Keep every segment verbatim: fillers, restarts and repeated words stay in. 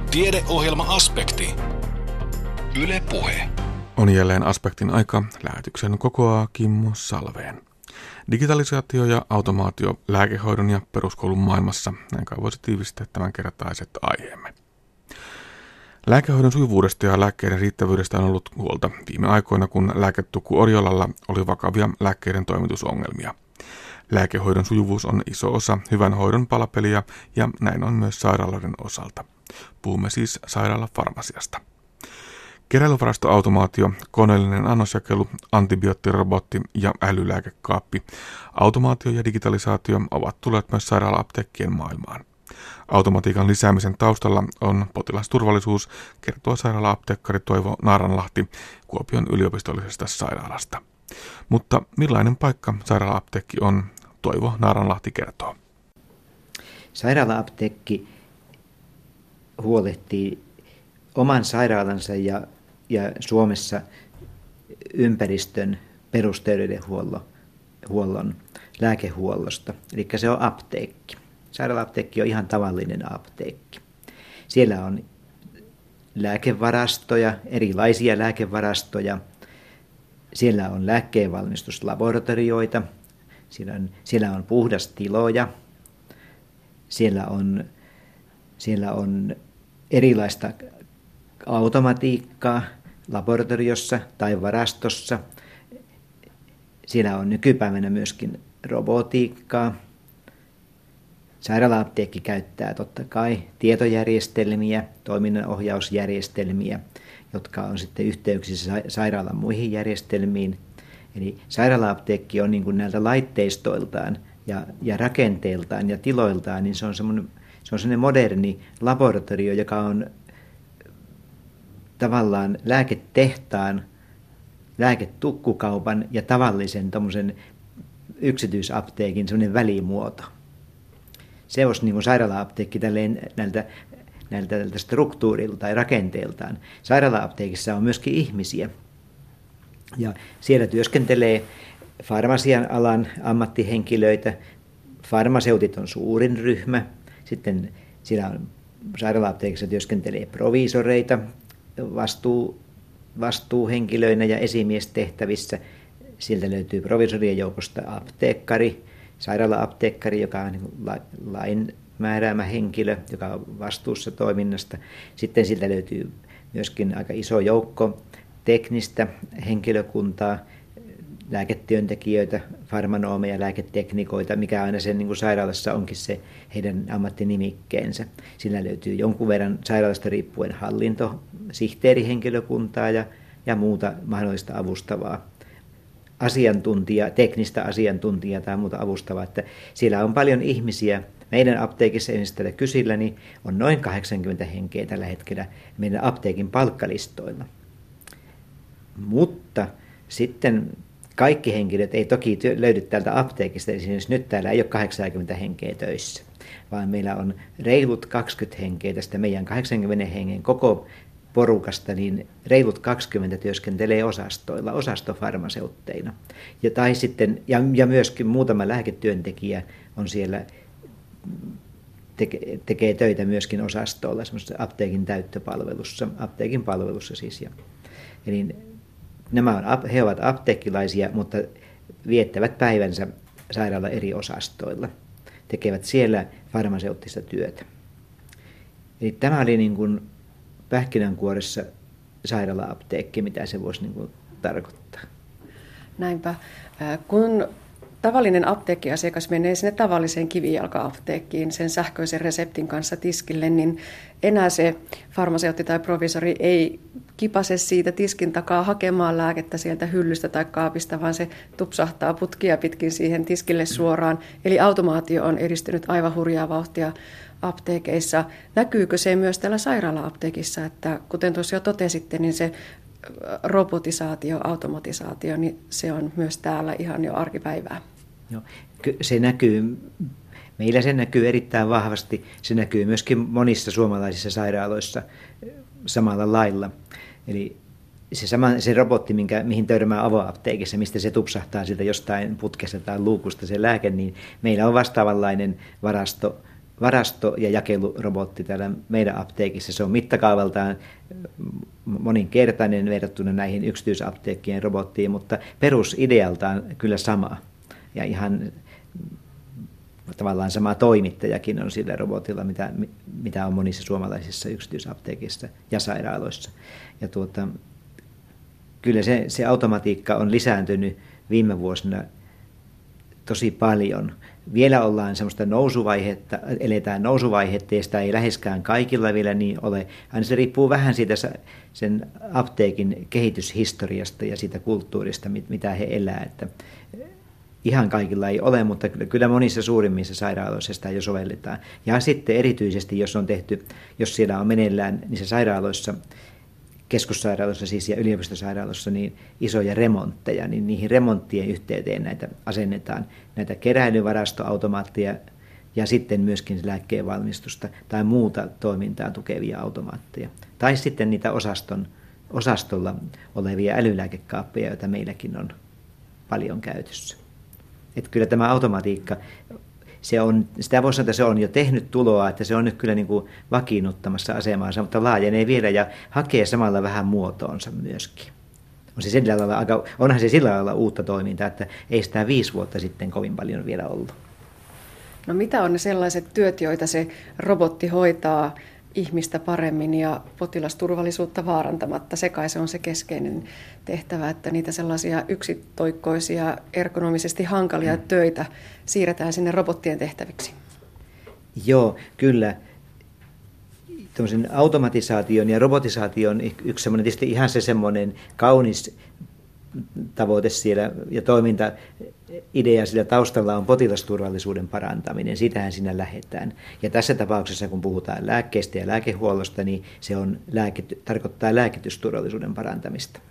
Tiedeohjelma-aspekti. Yle Puhe. On jälleen aspektin aika. Lähetyksen kokoaa Kimmo Salveen. Digitalisaatio ja automaatio lääkehoidon ja peruskoulun maailmassa. Näin kai voisi tiivistää tämänkertaiset aiheemme. Lääkehoidon sujuvuudesta ja lääkkeiden riittävyydestä on ollut huolta viime aikoina, kun lääketukku Orjolalla oli vakavia lääkkeiden toimitusongelmia. Lääkehoidon sujuvuus on iso osa hyvän hoidon palapeliä ja näin on myös sairaaloiden osalta. Puhumme siis sairaalafarmasiasta. Keräilyvarastoautomaatio, koneellinen annosjakelu, antibioottirobotti ja älylääkekaappi. Automaatio ja digitalisaatio ovat tulleet myös sairaala-apteekkien maailmaan. Automatiikan lisäämisen taustalla on potilasturvallisuus, kertoo sairaala-apteekkari Toivo Naaranlahti Kuopion yliopistollisesta sairaalasta. Mutta millainen paikka sairaala-apteekki on, Toivo Naaranlahti kertoo. Sairaala-apteekki huolehtii oman sairaalansa ja, ja Suomessa ympäristön perusterveydenhuollon lääkehuollosta. Eli se on apteekki. Sairaala-apteekki on ihan tavallinen apteekki. Siellä on lääkevarastoja, erilaisia lääkevarastoja. Siellä on lääkkeenvalmistuslaboratorioita. Siellä on, siellä on puhdastiloja. Siellä on, siellä on erilaista automatiikkaa laboratoriossa tai varastossa. Siellä on nykypäivänä myöskin robotiikkaa. Sairaala-apteekki käyttää totta kai tietojärjestelmiä, toiminnanohjausjärjestelmiä, jotka on sitten yhteyksissä sairaalan muihin järjestelmiin. Eli sairaala-apteekki on niin kuin näiltä laitteistoiltaan ja, ja rakenteeltaan ja tiloiltaan, niin se on semmoinen, se on semmoinen moderni laboratorio, joka on tavallaan lääketehtaan, lääketukkukaupan ja tavallisen tommosen yksityisapteekin semmoinen välimuoto. Se olisi niin kuin sairaala-apteekki tälleen näiltä, näiltä, näiltä struktuurilta tai rakenteeltaan. Sairaala-apteekissa on myöskin ihmisiä. Ja siellä työskentelee farmasian alan ammattihenkilöitä. Farmaseutit on suurin ryhmä. Sitten siellä on, sairaala-apteekissa työskentelee proviisoreita vastuu, vastuuhenkilöinä ja esimiestehtävissä. Sieltä löytyy proviisorien joukosta apteekkari, sairaala-apteekkari, joka on lain määräämä henkilö, joka on vastuussa toiminnasta. Sitten siltä löytyy myöskin aika iso joukko teknistä henkilökuntaa, lääketyöntekijöitä, farmanoomeja, lääketeknikoita, mikä aina sen niin kuin sairaalassa onkin se heidän ammattinimikkeensä. Sillä löytyy jonkun verran sairaalasta riippuen hallinto, sihteerihenkilökuntaa ja, ja muuta mahdollista avustavaa asiantuntijaa, teknistä asiantuntijaa tai muuta avustavaa. Että siellä on paljon ihmisiä. Meidän apteekissa ensin Kysillä niin on noin kahdeksankymmentä henkeä tällä hetkellä meidän apteekin palkkalistoilla. Mutta sitten kaikki henkilöt ei toki löydy täältä apteekista, esimerkiksi nyt täällä ei ole kahdeksankymmentä henkeä töissä, vaan meillä on reilut kaksikymmentä henkeä tästä meidän kahdeksankymmenen hengen koko porukasta, niin reilut kaksikymmentä työskentelee osastoilla, osastofarmaseutteina. Ja, tai sitten, ja, ja myöskin muutama lääketyöntekijä on siellä, teke, tekee töitä myöskin osastolla, semmoisessa apteekin täyttöpalvelussa, apteekin palvelussa siis. Ja, eli nämä on, he ovat apteekkilaisia, mutta viettävät päivänsä sairaala eri osastoilla, tekevät siellä farmaseuttista työtä. Eli tämä oli niin kuin pähkinänkuoressa sairaala-apteekki, mitä se voisi niin kuin tarkoittaa. Näinpä. Kun tavallinen apteekkiasiakas menee sinne tavalliseen kivijalka-apteekkiin sen sähköisen reseptin kanssa tiskille, niin enää se farmaseutti tai provisori ei kipase siitä tiskin takaa hakemaan lääkettä sieltä hyllystä tai kaapista, vaan se tupsahtaa putkia pitkin siihen tiskille suoraan. Eli automaatio on edistynyt aivan hurjaa vauhtia apteekeissa. Näkyykö se myös täällä sairaala-apteekissa, että kuten tuossa jo totesitte, niin se robotisaatio, automatisaatio, niin se on myös täällä ihan jo arkipäivää? No, se näkyy, meillä se näkyy erittäin vahvasti. Se näkyy myöskin monissa suomalaisissa sairaaloissa samalla lailla. Eli se, sama, se robotti, minkä, mihin törmää avoapteekissa, mistä se tupsahtaa siltä jostain putkesta tai luukusta se lääke, niin meillä on vastaavanlainen varasto varasto- ja jakelurobotti täällä meidän apteekissa. Se on mittakaavaltaan moninkertainen verrattuna näihin yksityisapteekkien robottiin, mutta perusidealtaan kyllä sama. Ja ihan tavallaan sama toimittajakin on sillä robotilla, mitä, mitä on monissa suomalaisissa yksityisapteekissa ja sairaaloissa. Ja tuota, kyllä se, se automatiikka on lisääntynyt viime vuosina tosi paljon. Vielä ollaan semmoista nousuvaihetta, eletään nousuvaihetta, ja sitä ei läheskään kaikilla vielä niin ole. Aina se riippuu vähän siitä sen apteekin kehityshistoriasta ja siitä kulttuurista, mitä he elää. Että ihan kaikilla ei ole, mutta kyllä monissa suurimmissa sairaaloissa sitä jo sovelletaan. Ja sitten erityisesti, jos on tehty, jos siellä on meneillään niissä sairaaloissa, keskussairaaloissa siis ja yliopistosairaaloissa, niin isoja remontteja, niin niihin remonttien yhteyteen näitä asennetaan, näitä keräilyvarastoautomaatteja ja sitten myöskin lääkkeen valmistusta tai muuta toimintaa tukevia automaatteja. Tai sitten niitä osaston, osastolla olevia älylääkekaappeja, joita meilläkin on paljon käytössä. Että kyllä tämä automatiikka, se on, sitä voisi sanoa, että se on jo tehnyt tuloa, että se on nyt kyllä niin kuin vakiinnuttamassa asemaansa, mutta laajenee vielä ja hakee samalla vähän muotoonsa myöskin. On se sillä lailla aika, onhan se sillä lailla uutta toimintaa, että ei sitä viisi vuotta sitten kovin paljon vielä ollut. No mitä on ne sellaiset työt, joita se robotti hoitaa ihmistä paremmin ja potilasturvallisuutta vaarantamatta? Se kai se on se keskeinen tehtävä, että niitä sellaisia yksitoikkoisia, ergonomisesti hankalia hmm. töitä siirretään sinne robottien tehtäviksi. Joo, kyllä. Tuollaisen automatisaation ja robotisaation yksi semmoinen, tietysti ihan se semmoinen kaunis tavoite siellä ja toimintaidea sillä taustalla on potilasturvallisuuden parantaminen. Sitähän siinä lähdetään. Ja tässä tapauksessa, kun puhutaan lääkkeistä ja lääkehuollosta, niin se on lääke, tarkoittaa lääkitysturvallisuuden parantamista.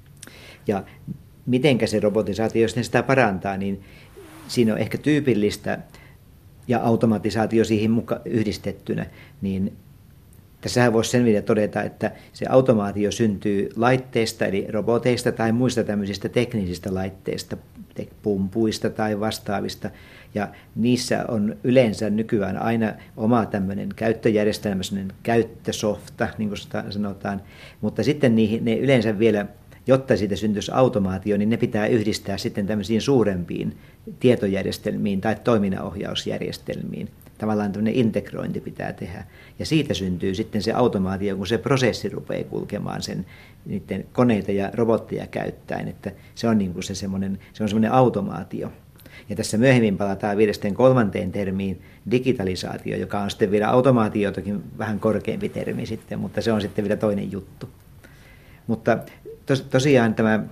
Ja mitenkä se robotisaatio, jos ne sitä parantaa, niin siinä on ehkä tyypillistä ja automatisaatio siihen mukaan yhdistettynä, niin tässähän voisi sen vielä todeta, että se automaatio syntyy laitteista, eli roboteista tai muista tämmöisistä teknisistä laitteista, pumpuista tai vastaavista. Ja niissä on yleensä nykyään aina oma tämmöinen käyttöjärjestelmä, semmoinen käyttösofta, niin kuin sanotaan. Mutta sitten niihin, ne yleensä vielä, jotta siitä syntyisi automaatio, niin ne pitää yhdistää sitten tämmöisiin suurempiin tietojärjestelmiin tai toiminnanohjausjärjestelmiin. Tavallaan tämmöinen integrointi pitää tehdä. Ja siitä syntyy sitten se automaatio, kun se prosessi rupeaa kulkemaan sen niiden koneita ja robotteja käyttäen. Että se on, niin kuin se, semmoinen, se on semmoinen automaatio. Ja tässä myöhemmin palataan vielä sitten kolmanteen termiin, digitalisaatio, joka on sitten vielä automaatiotakin vähän korkeampi termi sitten, mutta se on sitten vielä toinen juttu. Mutta tos, tosiaan tämä,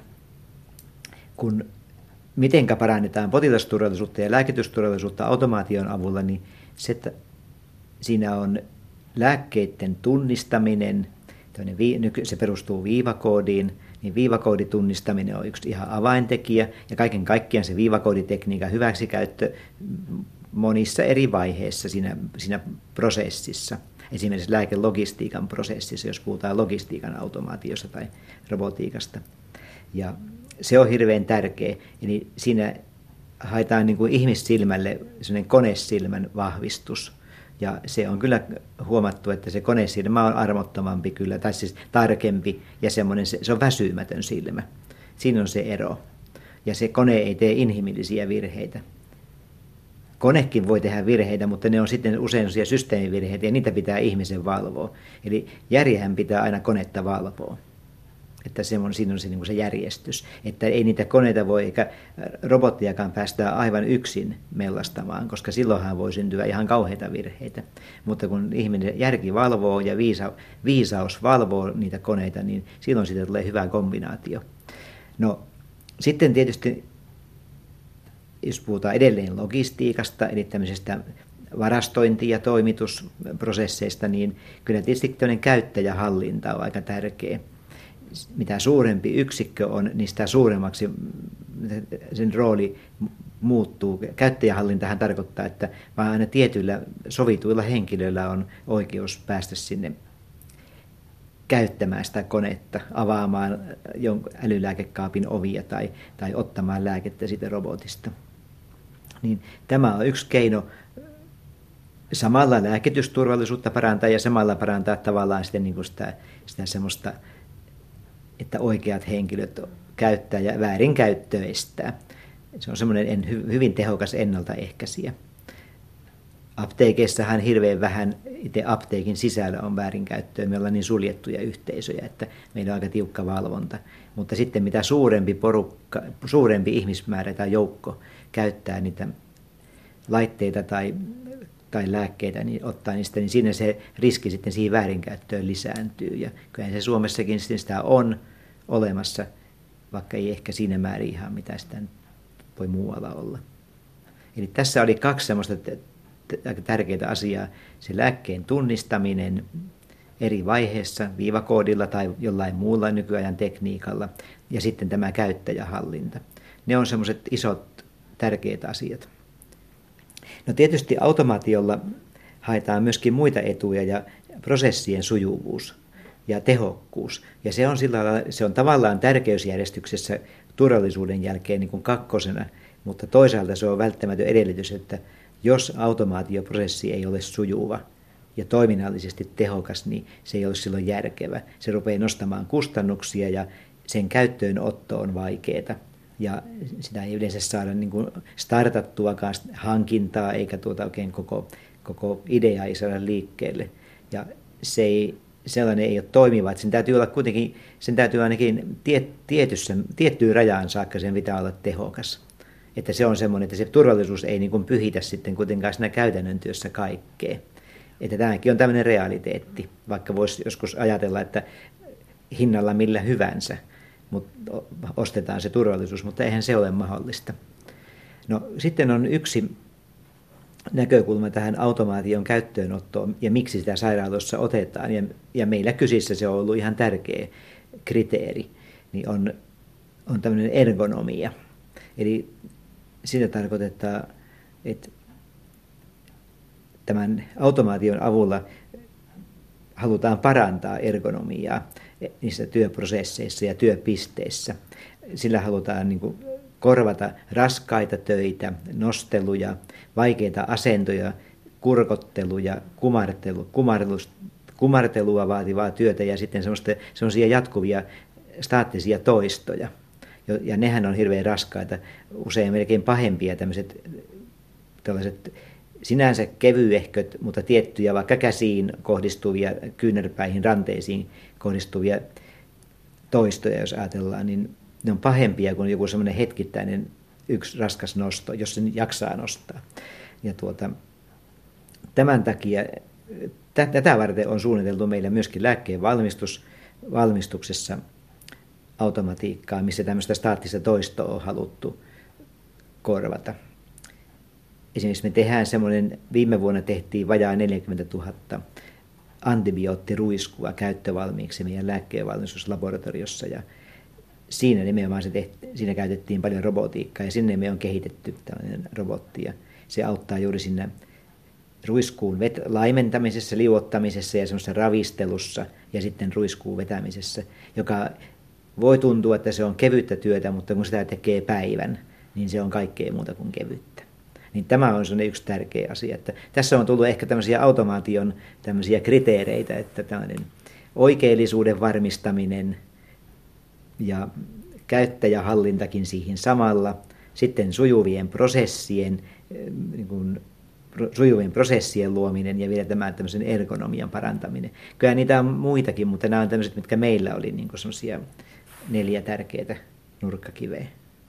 kun mitenkä parannetaan potilasturvallisuutta ja lääkitysturvallisuutta automaation avulla, niin se, että siinä on lääkkeiden tunnistaminen, se perustuu viivakoodiin, niin viivakooditunnistaminen on yksi ihan avaintekijä, ja kaiken kaikkiaan se viivakooditekniikan hyväksikäyttö monissa eri vaiheissa siinä, siinä prosessissa. Esimerkiksi lääkelogistiikan prosessissa, jos puhutaan logistiikan automaatiosta tai robotiikasta. Ja se on hirveän tärkeä, eli siinä haetaan niin kuin ihmissilmälle sellainen konesilmän vahvistus. Ja se on kyllä huomattu, että se konesilmä on armottomampi kyllä, tai siis tarkempi ja semmoinen, se on väsymätön silmä. Siinä on se ero. Ja se kone ei tee inhimillisiä virheitä. Konekin voi tehdä virheitä, mutta ne on sitten usein sellaisia systeemivirheitä ja niitä pitää ihmisen valvoa. Eli järjehän pitää aina konetta valvoa. Että se on, siinä on se, niin kuin se järjestys. Että ei niitä koneita voi eikä robottiakaan päästää aivan yksin mellastamaan, koska silloinhan voi syntyä ihan kauheita virheitä. Mutta kun ihminen järki valvoo ja viisa, viisaus valvoo niitä koneita, niin silloin siitä tulee hyvä kombinaatio. No sitten tietysti, jos puhutaan edelleen logistiikasta, eli tämmöisestä varastointi- ja toimitusprosesseista, niin kyllä tietysti tämmöinen käyttäjähallinta on aika tärkeä. Mitä suurempi yksikkö on, niin sitä suuremmaksi sen rooli muuttuu. Käyttäjähallintahan tarkoittaa, että vain aina tietyillä sovituilla henkilöillä on oikeus päästä sinne käyttämään sitä konetta, avaamaan jonkun älylääkekaapin ovia tai, tai ottamaan lääkettä siitä robotista. Niin tämä on yksi keino samalla lääkitysturvallisuutta parantaa ja samalla parantaa tavallaan sitten niin kuin sitä, sitä semmoista, että oikeat henkilöt käyttää ja väärinkäyttöä estää. Se on semmoinen hyvin tehokas ennaltaehkäisijä. Apteekeissahan hirveän vähän itse apteekin sisällä on väärinkäyttöä. Me ollaan niin suljettuja yhteisöjä, että meillä on aika tiukka valvonta. Mutta sitten mitä suurempi porukka, suurempi ihmismäärä tai joukko käyttää niitä laitteita tai, tai lääkkeitä, niin ottaa niistä, niin siinä se riski sitten siihen väärinkäyttöön lisääntyy. Ja kyllä se Suomessakin sitä on olemassa, vaikka ei ehkä siinä määrin ihan mitä sitä voi muualla olla. Eli tässä oli kaksi semmoista aika tärkeää asiaa. Se lääkkeen tunnistaminen eri vaiheessa viivakoodilla tai jollain muulla nykyajan tekniikalla ja sitten tämä käyttäjähallinta. Ne on semmoiset isot tärkeät asiat. No tietysti automaatiolla haetaan myöskin muita etuja ja prosessien sujuvuus ja tehokkuus. Ja se on, sillä lailla, se on tavallaan tärkeysjärjestyksessä turvallisuuden jälkeen niin kuin kakkosena, mutta toisaalta se on välttämätön edellytys, että jos automaatioprosessi ei ole sujuva ja toiminnallisesti tehokas, niin se ei ole silloin järkevä. Se rupeaa nostamaan kustannuksia ja sen käyttöönotto on vaikeaa. Ja sitä ei yleensä saada niin kuin startattuakaan hankintaa, eikä tuota oikein koko, koko idea ei saada liikkeelle. Ja se ei, sellainen ei ole toimiva. Sen täytyy olla kuitenkin, sen täytyy ainakin tiet, tietyssä, tiettyyn rajaan saakka sen pitää olla tehokas. Että se on semmoinen, että se turvallisuus ei niin kuin pyhitä sitten kuitenkaan siinä käytännön työssä kaikkea. Että tämäkin on tämmöinen realiteetti, vaikka voisi joskus ajatella, että hinnalla millä hyvänsä, mutta ostetaan se turvallisuus, mutta eihän se ole mahdollista. No sitten on yksi näkökulma tähän automaation käyttöönottoon ja miksi sitä sairaaloissa otetaan. Ja, ja meillä kysissä se on ollut ihan tärkeä kriteeri, niin on, on tämmöinen ergonomia. Eli sitä tarkoitetaan, että tämän automaation avulla halutaan parantaa ergonomiaa niissä työprosesseissa ja työpisteissä. Sillä halutaan niin kuin korvata raskaita töitä, nosteluja, vaikeita asentoja, kurkotteluja, kumartelu, kumartelua vaativaa työtä ja sitten semmoisia jatkuvia staattisia toistoja. Ja nehän on hirveän raskaita, usein melkein pahempia tämmöiset tällaiset sinänsä kevyehköt, mutta tiettyjä vaikka käsiin kohdistuvia, kyynärpäihin, ranteisiin kohdistuvia toistoja, jos ajatellaan, niin ne on pahempia kuin joku semmoinen hetkittäinen yksi raskas nosto, jos sen jaksaa nostaa. Ja tuota, tämän takia, tätä varten on suunniteltu meillä myöskin lääkkeen valmistus, valmistuksessa automatiikkaa, missä tämmöistä staattista toistoa on haluttu korvata. Esimerkiksi me tehdään semmoinen, viime vuonna tehtiin vajaa neljäkymmentätuhatta antibioottiruiskua käyttövalmiiksi meidän lääkkeenvalmistuslaboratoriossa ja siinä nimenomaan se tehti, siinä käytettiin paljon robotiikkaa ja sinne me on kehitetty tällainen robotti ja se auttaa juuri siinä ruiskuun vet- laimentamisessa, liuottamisessa ja semmoisessa ravistelussa ja sitten ruiskuun vetämisessä, joka voi tuntua, että se on kevyttä työtä, mutta kun sitä tekee päivän, niin se on kaikkea muuta kuin kevyttä. Niin tämä on sellainen yksi tärkeä asia. Että tässä on tullut ehkä tämmöisiä automaation tämmöisiä kriteereitä, että tämmöinen oikeellisuuden varmistaminen ja käyttäjähallintakin siihen samalla, sitten sujuvien prosessien, niin kuin, sujuvien prosessien luominen ja vielä tämä tämmöisen ergonomian parantaminen. Kyllä niitä on muitakin, mutta nämä on tämmöiset, mitkä meillä oli niin kuin semmoisia neljä tärkeää nurkkakiveä.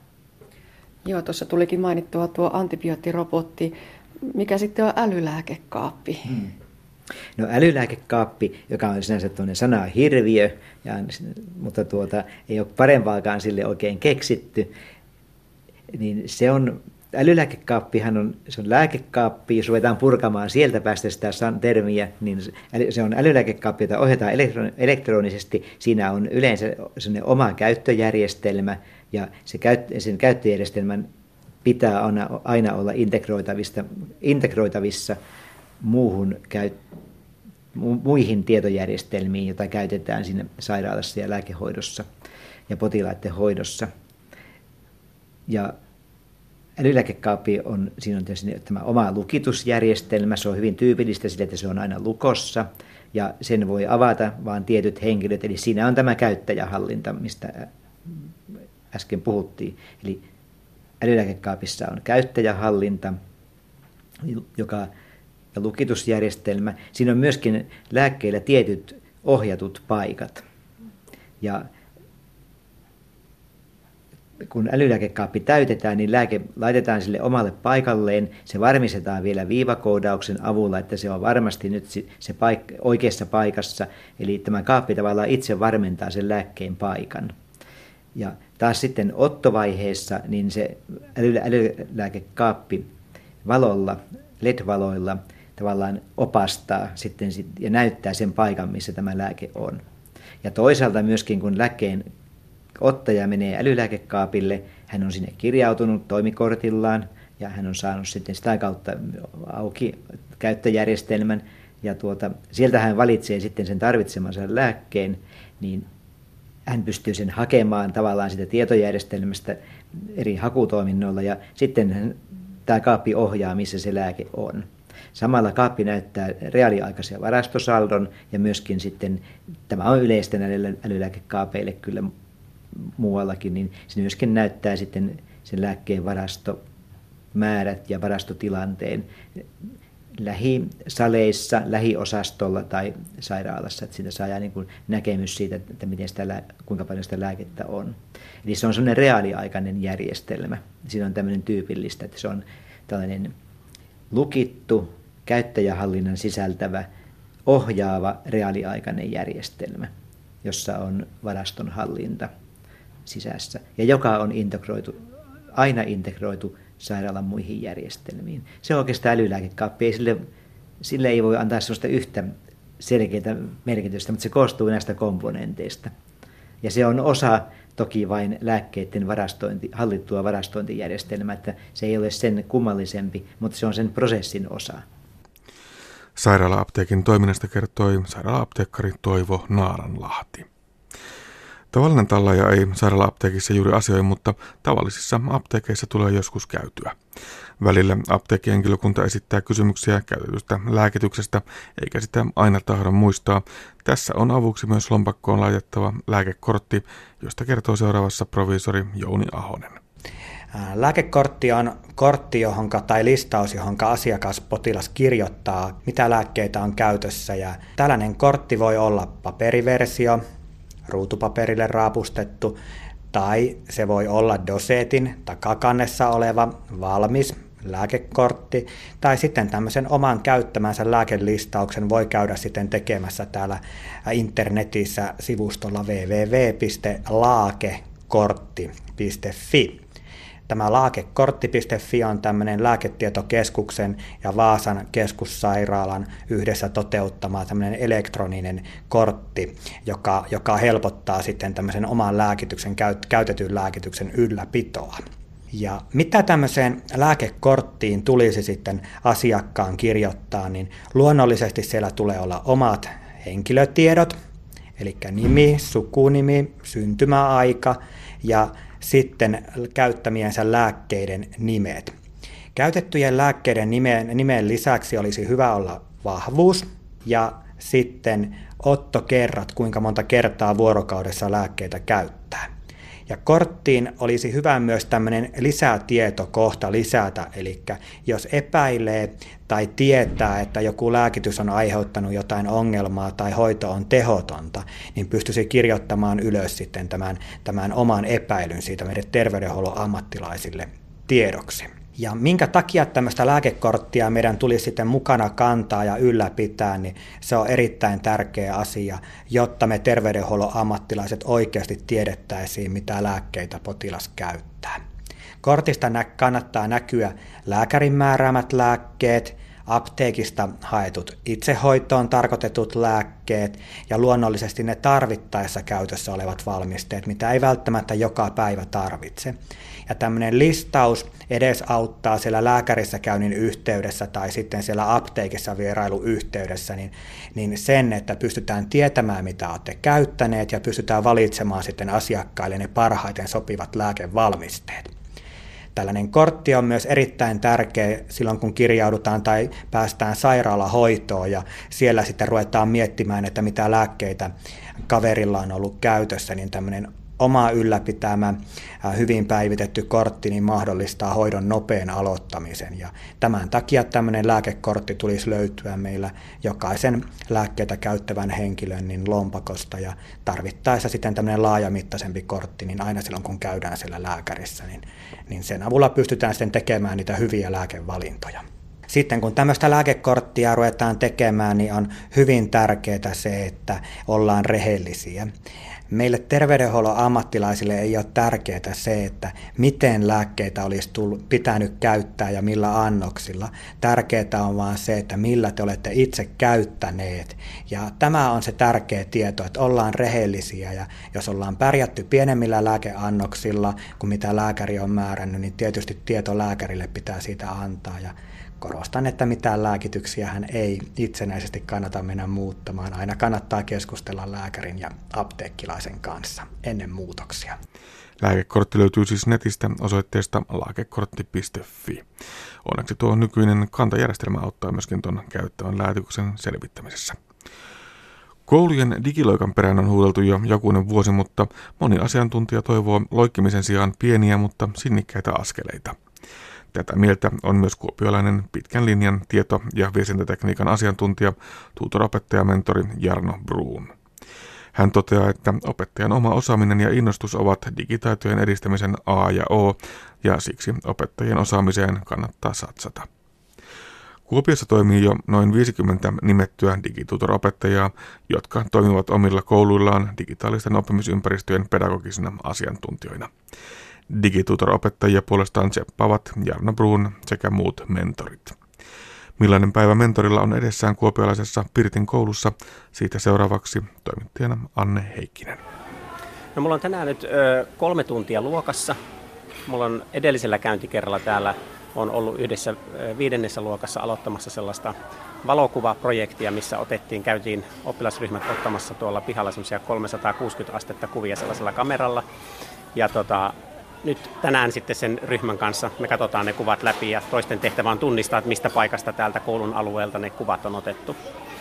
Joo, tuossa tulikin mainittua tuo antibioottirobotti. Mikä sitten on älylääkekaappi? Hmm. No älylääkekaappi, joka on sinänsä tuonne sana hirviö, ja, mutta tuota, ei ole parempaakaan sille oikein keksitty, niin se on, älylääkekaappihan on, se on lääkekaappi, jos ruvetaan purkamaan sieltä päästä sitä termiä, niin se on älylääkekaappi, jota ohjataan elektronisesti. Siinä on yleensä oma käyttöjärjestelmä, ja se käyt, sen käyttöjärjestelmän pitää aina, aina olla integroitavissa, integroitavissa muuhun käy, muihin tietojärjestelmiin, joita käytetään siinä sairaalassa ja lääkehoidossa ja potilaiden hoidossa. Ja älylääkekaappi on, siinä on tietysti tämä oma lukitusjärjestelmä, se on hyvin tyypillistä sille, että se on aina lukossa ja sen voi avata vain tietyt henkilöt, eli siinä on tämä käyttäjähallinta, mistä äsken puhuttiin. Eli älylääkekaapissa on käyttäjähallinta, joka ja lukitusjärjestelmä. Siinä on myöskin lääkkeillä tietyt ohjatut paikat. Ja kun älylääkekaappi täytetään, niin lääke laitetaan sille omalle paikalleen. Se varmistetaan vielä viivakoodauksen avulla, että se on varmasti nyt se paik- oikeassa paikassa. Eli tämä kaappi tavallaan itse varmentaa sen lääkkeen paikan. Ja taas sitten ottovaiheessa, niin se äly- älylääkekaappi valolla, L E D-valoilla tavallaan opastaa sitten ja näyttää sen paikan, missä tämä lääke on. Ja toisaalta myöskin, kun lääkkeen ottaja menee älylääkekaapille, hän on sinne kirjautunut toimikortillaan ja hän on saanut sitten sitä kautta auki käyttöjärjestelmän ja tuota, sieltä hän valitsee sitten sen tarvitsemansa lääkkeen, niin hän pystyy sen hakemaan tavallaan sitä tietojärjestelmästä eri hakutoiminnoilla ja sitten hän, tämä kaappi ohjaa, missä se lääke on. Samalla kaappi näyttää reaaliaikaisen varastosaldon ja myöskin sitten, tämä on yleistä näille älylääkekaapeille kyllä muuallakin, niin se myöskin näyttää sitten sen lääkkeen varastomäärät ja varastotilanteen lähisaleissa, lähiosastolla tai sairaalassa, että siitä saa niin kuin näkemys siitä, että miten sitä, kuinka paljon sitä lääkettä on. Eli se on sellainen reaaliaikainen järjestelmä. Siinä on tämmöinen tyypillistä, että se on tällainen lukittu, käyttäjähallinnan sisältävä, ohjaava reaaliaikainen järjestelmä, jossa on varaston hallinta sisässä ja joka on integroitu, aina integroitu sairaalan muihin järjestelmiin. Se on oikeastaan älylääkekaappi. Ei sille, sille ei voi antaa sellaista yhtä selkeää merkitystä, mutta se koostuu näistä komponenteista. Ja se on osa toki vain lääkkeiden varastointi, hallittua varastointijärjestelmää, että se ei ole sen kummallisempi, mutta se on sen prosessin osa. Sairaala-apteekin toiminnasta kertoi sairaala-apteekkari Toivo Naaranlahti. Tavallinen tallaaja ei sairaala-apteekissa juuri asioi, mutta tavallisissa apteekeissa tulee joskus käytyä. Välillä apteekkihenkilökunta esittää kysymyksiä käytetystä lääkityksestä, eikä sitä aina tahdo muistaa. Tässä on avuksi myös lompakkoon laitettava lääkekortti, josta kertoo seuraavassa proviisori Jouni Ahonen. Lääkekortti on kortti johonka, tai listaus, johon asiakas potilas kirjoittaa, mitä lääkkeitä on käytössä. Ja tällainen kortti voi olla paperiversio, ruutupaperille raapustettu, tai se voi olla doseetin takakannessa oleva valmis lääkekortti, tai sitten tämmöisen oman käyttämänsä lääkelistauksen voi käydä sitten tekemässä täällä internetissä sivustolla double-u double-u double-u piste laakekortti piste fi. Tämä laakekortti piste fi on tämmöinen lääketietokeskuksen ja Vaasan keskussairaalan yhdessä toteuttama tämmöinen elektroninen kortti, joka, joka helpottaa sitten tämmöisen oman lääkityksen, käytetyn lääkityksen ylläpitoa. Ja mitä tämmöiseen lääkekorttiin tulisi sitten asiakkaan kirjoittaa, niin luonnollisesti siellä tulee olla omat henkilötiedot, eli nimi, sukunimi, syntymäaika ja sitten käyttämiensä lääkkeiden nimet. Käytettyjen lääkkeiden nimeen, nimeen lisäksi olisi hyvä olla vahvuus ja sitten ottokerrat, kuinka monta kertaa vuorokaudessa lääkkeitä käyttää. Ja korttiin olisi hyvä myös tämmöinen lisätietokohta lisätä, eli jos epäilee tai tietää, että joku lääkitys on aiheuttanut jotain ongelmaa tai hoito on tehotonta, niin pystyisi kirjoittamaan ylös sitten tämän, tämän oman epäilyn siitä meidän terveydenhuollon ammattilaisille tiedoksi. Ja minkä takia tämmöistä lääkekorttia meidän tulisi sitten mukana kantaa ja ylläpitää, niin se on erittäin tärkeä asia, jotta me terveydenhuollon ammattilaiset oikeasti tiedettäisiin, mitä lääkkeitä potilas käyttää. Kortista kannattaa näkyä lääkärin määräämät lääkkeet, apteekista haetut itsehoitoon tarkoitetut lääkkeet ja luonnollisesti ne tarvittaessa käytössä olevat valmisteet, mitä ei välttämättä joka päivä tarvitse. Ja tämmöinen listaus edesauttaa siellä lääkärissä käynnin yhteydessä tai sitten siellä apteekissa vierailuyhteydessä, niin, niin sen, että pystytään tietämään, mitä olette käyttäneet ja pystytään valitsemaan sitten asiakkaille ne parhaiten sopivat lääkevalmisteet. Tällainen kortti on myös erittäin tärkeä silloin, kun kirjaudutaan tai päästään sairaalahoitoon ja siellä sitten ruvetaan miettimään, että mitä lääkkeitä kaverilla on ollut käytössä, niin tämmöinen oma ylläpitämä hyvin päivitetty kortti niin mahdollistaa hoidon nopean aloittamisen. Ja tämän takia tämmöinen lääkekortti tulisi löytyä meillä jokaisen lääkkeitä käyttävän henkilön niin lompakosta ja tarvittaessa sitten tämmöinen laajamittaisempi kortti, niin aina silloin kun käydään siellä lääkärissä, niin, niin sen avulla pystytään sitten tekemään niitä hyviä lääkevalintoja. Sitten kun tämmöistä lääkekorttia ruvetaan tekemään, niin on hyvin tärkeää se, että ollaan rehellisiä. Meille terveydenhuollon ammattilaisille ei ole tärkeää se, että miten lääkkeitä olisi tullut, pitänyt käyttää ja millä annoksilla. Tärkeää on vaan se, että millä te olette itse käyttäneet. Ja tämä on se tärkeä tieto, että ollaan rehellisiä ja jos ollaan pärjätty pienemmillä lääkeannoksilla kuin mitä lääkäri on määrännyt, niin tietysti tieto lääkärille pitää siitä antaa. Ja korostan, että mitään lääkityksiä hän ei itsenäisesti kannata mennä muuttamaan. Aina kannattaa keskustella lääkärin ja apteekkilaisen kanssa ennen muutoksia. Lääkekortti löytyy siis netistä osoitteesta lääkekortti piste fi. Onneksi tuo nykyinen kantajärjestelmä auttaa myöskin tuon käyttävän lääkityksen selvittämisessä. Koulujen digiloikan perään on huudeltu jo jokunen vuosi, mutta moni asiantuntija toivoo loikkimisen sijaan pieniä, mutta sinnikkäitä askeleita. Tätä mieltä on myös kuopiolainen pitkän linjan tieto- ja viestintätekniikan asiantuntija, tutor-opettaja-mentori Jarno Bruun. Hän toteaa, että opettajan oma osaaminen ja innostus ovat digitaitojen edistämisen A ja O, ja siksi opettajien osaamiseen kannattaa satsata. Kuopiossa toimii jo noin viisikymmentä nimettyä digitutor-opettajaa, jotka toimivat omilla kouluillaan digitaalisten oppimisympäristöjen pedagogisina asiantuntijoina. Digitutor-opettajia puolestaan tseppaavat Jarno Bruun sekä muut mentorit. Millainen päivä mentorilla on edessään kuopiolaisessa Pirtin koulussa? Siitä seuraavaksi toimittajana Anne Heikkinen. No, mulla on tänään nyt ö, kolme tuntia luokassa. Mulla on edellisellä käyntikerralla täällä on ollut yhdessä ö, viidennessä luokassa aloittamassa sellaista valokuvaprojektia, missä otettiin, käytiin oppilasryhmät ottamassa tuolla pihalla semmoisia kolmesataakuusikymmentä astetta kuvia sellaisella kameralla. Ja tota, nyt tänään sitten sen ryhmän kanssa me katsotaan ne kuvat läpi ja toisten tehtävä on tunnistaa, että mistä paikasta täältä koulun alueelta ne kuvat on otettu.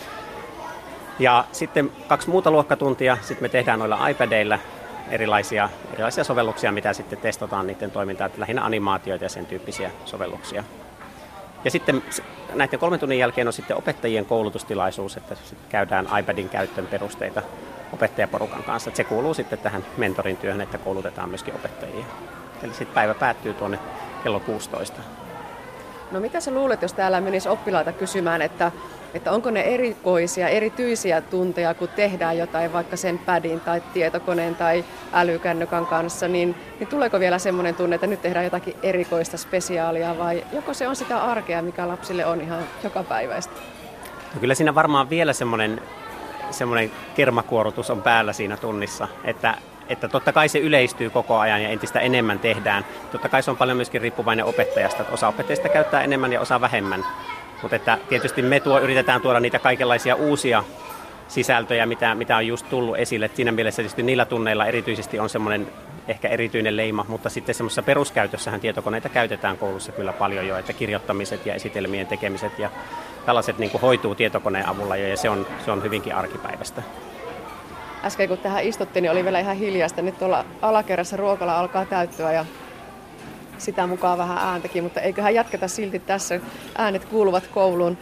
Ja sitten kaksi muuta luokkatuntia, sitten me tehdään noilla iPadeilla erilaisia, erilaisia sovelluksia, mitä sitten testataan niiden toimintaa, että lähinnä animaatioita ja sen tyyppisiä sovelluksia. Ja sitten näiden kolmen tunnin jälkeen on sitten opettajien koulutustilaisuus, että käydään iPadin käyttöön perusteita opettajaporukan kanssa. Että se kuuluu sitten tähän mentorin työhön, että koulutetaan myöskin opettajia. Eli sitten päivä päättyy tuonne kello kuusitoista. No mitä sä luulet, jos täällä menisi oppilaita kysymään, että, että onko ne erikoisia, erityisiä tunteja, kun tehdään jotain vaikka sen padin tai tietokoneen tai älykännykän kanssa, niin, niin tuleeko vielä semmoinen tunne, että nyt tehdään jotakin erikoista spesiaalia vai joko se on sitä arkea, mikä lapsille on ihan jokapäiväistä? No kyllä siinä varmaan vielä semmoinen, semmoinen kermakuorutus on päällä siinä tunnissa, että Että totta kai se yleistyy koko ajan ja entistä enemmän tehdään. Totta kai se on paljon myöskin riippuvainen opettajasta, että osa opettajista käyttää enemmän ja osa vähemmän. Mutta että tietysti me tuo, yritetään tuoda niitä kaikenlaisia uusia sisältöjä, mitä, mitä on just tullut esille. Et siinä mielessä tietysti niillä tunneilla erityisesti on semmoinen ehkä erityinen leima, mutta sitten semmoisessa peruskäytössähän tietokoneita käytetään koulussa kyllä paljon jo, että kirjoittamiset ja esitelmien tekemiset ja tällaiset niin kuin hoituu tietokoneen avulla jo ja se on, se on hyvinkin arkipäiväistä. Äsken kun tähän istuttiin, niin oli vielä ihan hiljaista. Nyt tuolla alakerrassa ruokala alkaa täyttyä ja sitä mukaan vähän ääntäkin, mutta eiköhän jatketa silti tässä. Äänet kuuluvat kouluun.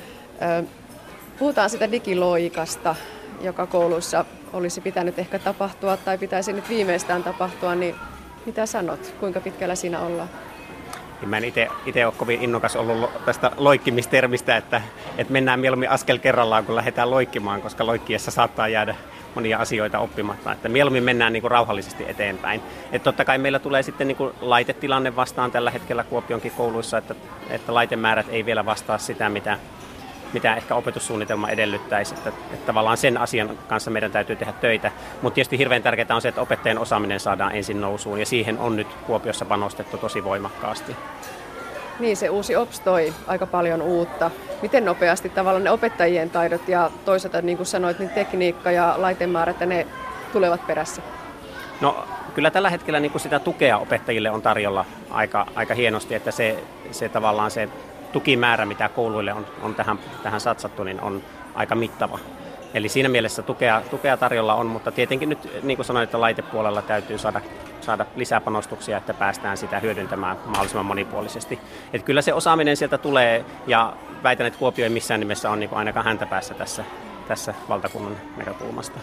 Puhutaan sitä digiloikasta, joka koulussa olisi pitänyt ehkä tapahtua tai pitäisi nyt viimeistään tapahtua, niin mitä sanot? Kuinka pitkällä siinä ollaan? Mä en itse ole kovin innokas ollut tästä loikkimistermistä, että, että mennään mieluummin askel kerrallaan, kun lähdetään loikkimaan, koska loikkiessa saattaa jäädä monia asioita oppimatta. Että mieluummin mennään niin kuin rauhallisesti eteenpäin. Että totta kai meillä tulee sitten niin kuin laitetilanne vastaan tällä hetkellä Kuopionkin kouluissa, että, että laitemäärät ei vielä vastaa sitä, mitä, mitä ehkä opetussuunnitelma edellyttäisi. Että, että tavallaan sen asian kanssa meidän täytyy tehdä töitä. Mutta tietysti hirveän tärkeää on se, että opettajien osaaminen saadaan ensin nousuun ja siihen on nyt Kuopiossa panostettu tosi voimakkaasti. Niin, se uusi O P S toi aika paljon uutta. Miten nopeasti tavallaan ne opettajien taidot ja toisaalta, niin kuin sanoit, niin tekniikka ja laitemäärät, ne tulevat perässä? No kyllä tällä hetkellä niin kuin sitä tukea opettajille on tarjolla aika, aika hienosti, että se, se tavallaan se tukimäärä, mitä kouluille on, on tähän, tähän satsattu, niin on aika mittava. Eli siinä mielessä tukea, tukea tarjolla on, mutta tietenkin nyt, niin kuin sanoin, että laitepuolella täytyy saada, saada lisää panostuksia, että päästään sitä hyödyntämään mahdollisimman monipuolisesti. Että kyllä se osaaminen sieltä tulee, ja väitän, että Kuopio ei missään nimessä ole niin kuin ainakaan häntäpäässä tässä, tässä valtakunnan näkökulmasta.